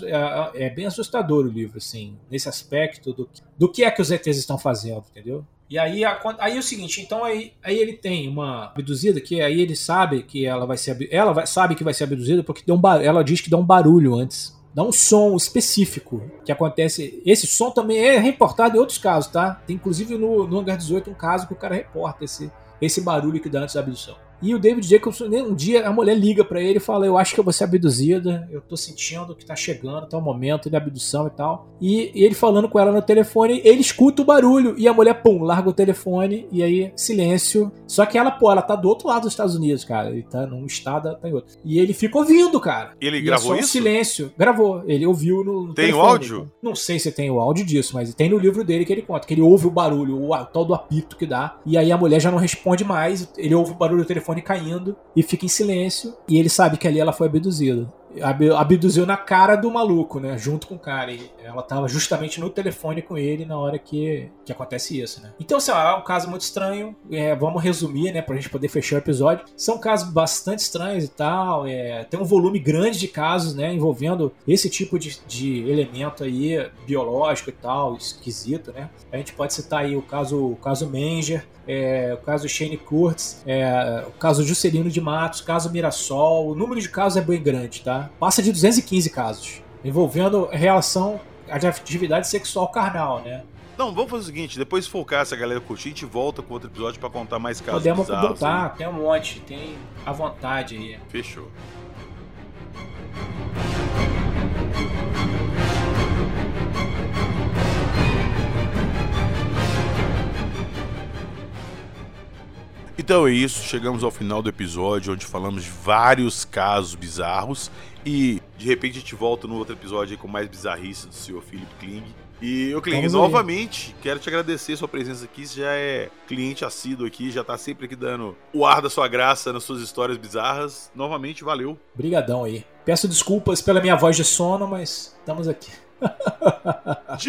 bem assustador o livro, assim, nesse aspecto do que é que os ETs estão fazendo, entendeu? E aí é o seguinte, então aí ele tem uma abduzida que aí ele sabe que sabe que vai ser abduzida porque ela diz que dá um barulho antes. Dá um som específico que acontece. Esse som também é reportado em outros casos, tá? Tem inclusive no Hangar 18 um caso que o cara reporta esse barulho que dá antes da abdução. E o David Jacobs, um dia a mulher liga pra ele e fala: eu acho que eu vou ser abduzida, eu tô sentindo que tá chegando, tá o momento de abdução e tal. E ele falando com ela no telefone, ele escuta o barulho e a mulher, pum, larga o telefone e aí silêncio. Só que ela tá do outro lado dos Estados Unidos, cara. Ele tá num estado, tá em outro. E ele fica ouvindo, cara. Ele gravou isso? Silêncio. Gravou. Ele ouviu no tem telefone. O áudio? Não sei se tem o áudio disso, mas tem no livro dele que ele conta, que ele ouve o barulho, o tal do apito que dá. E aí a mulher já não responde mais, ele ouve o barulho do telefone caindo e fica em silêncio, e ele sabe que ali ela foi abduzida. Abduziu na cara do maluco, né? Junto com o cara. E ela tava justamente no telefone com ele na hora que acontece isso, né? Então, assim, é um caso muito estranho. Vamos resumir, né? Pra gente poder fechar o episódio. São casos bastante estranhos e tal. Tem um volume grande de casos, né? Envolvendo esse tipo de elemento aí, biológico e tal, esquisito, né? A gente pode citar aí o caso Menger, o caso Shane Curtis, o caso Juscelino de Matos, o caso Mirassol. O número de casos é bem grande, tá? Passa de 215 casos, envolvendo relação à atividade sexual carnal, né? Não, vamos fazer o seguinte, depois se focar, se a galera curtir, a gente volta com outro episódio pra contar mais casos bizarros. Podemos voltar, tem um monte, tem à vontade aí. Fechou. Então é isso, chegamos ao final do episódio onde falamos de vários casos bizarros e de repente a gente volta no outro episódio aí com mais bizarrice do senhor Philip Kling. E o Kling, novamente, quero te agradecer a sua presença aqui, você já é cliente assíduo aqui, já tá sempre aqui dando o ar da sua graça nas suas histórias bizarras. Novamente, valeu. Obrigadão aí. Peço desculpas pela minha voz de sono, mas estamos aqui.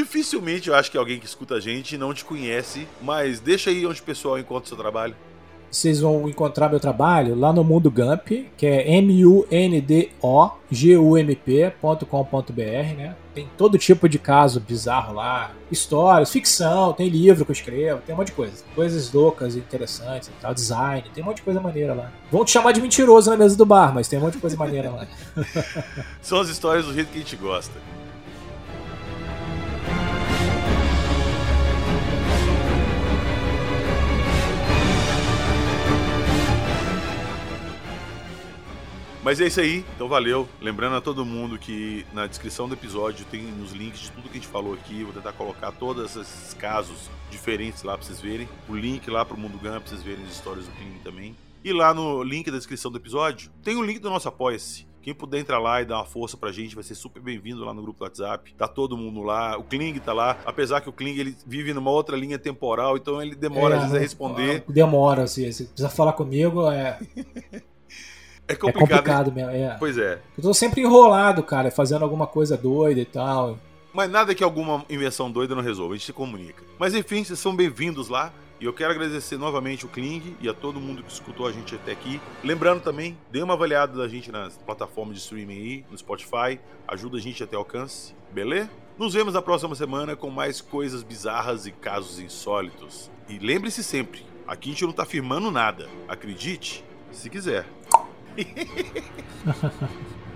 Dificilmente eu acho que alguém que escuta a gente não te conhece, mas deixa aí onde o pessoal encontra o seu trabalho. vocês vão encontrar meu trabalho lá no Mundo Gump, que é mundogump.com.br, né? Tem todo tipo de caso bizarro lá, histórias, ficção, tem livro que eu escrevo, tem um monte de coisa. Coisas loucas, interessantes e tal, design, tem um monte de coisa maneira lá. Vão te chamar de mentiroso na mesa do bar, mas tem um monte de coisa maneira lá. São as histórias do jeito que a gente gosta. Mas é isso aí, então valeu. Lembrando a todo mundo que na descrição do episódio tem os links de tudo que a gente falou aqui. Vou tentar colocar todos esses casos diferentes lá pra vocês verem. O link lá pro Mundo Gump pra vocês verem as histórias do Kling também. E lá no link da descrição do episódio tem o link do nosso Apoia-se. Quem puder entrar lá e dar uma força pra gente vai ser super bem-vindo lá no grupo do WhatsApp. Tá todo mundo lá, o Kling tá lá. Apesar que o Kling ele vive numa outra linha temporal, então ele demora às vezes a responder. Demora, assim, se precisa falar comigo, É complicado mesmo, Pois é. Eu tô sempre enrolado, cara, fazendo alguma coisa doida e tal. Mas nada que alguma invenção doida não resolva, a gente se comunica. Mas enfim, vocês são bem-vindos lá. E eu quero agradecer novamente o Kling e a todo mundo que escutou a gente até aqui. Lembrando também, dê uma avaliada da gente nas plataformas de streaming aí, no Spotify. Ajuda a gente a ter alcance, beleza? Nos vemos na próxima semana com mais coisas bizarras e casos insólitos. E lembre-se sempre, aqui a gente não tá afirmando nada. Acredite, se quiser.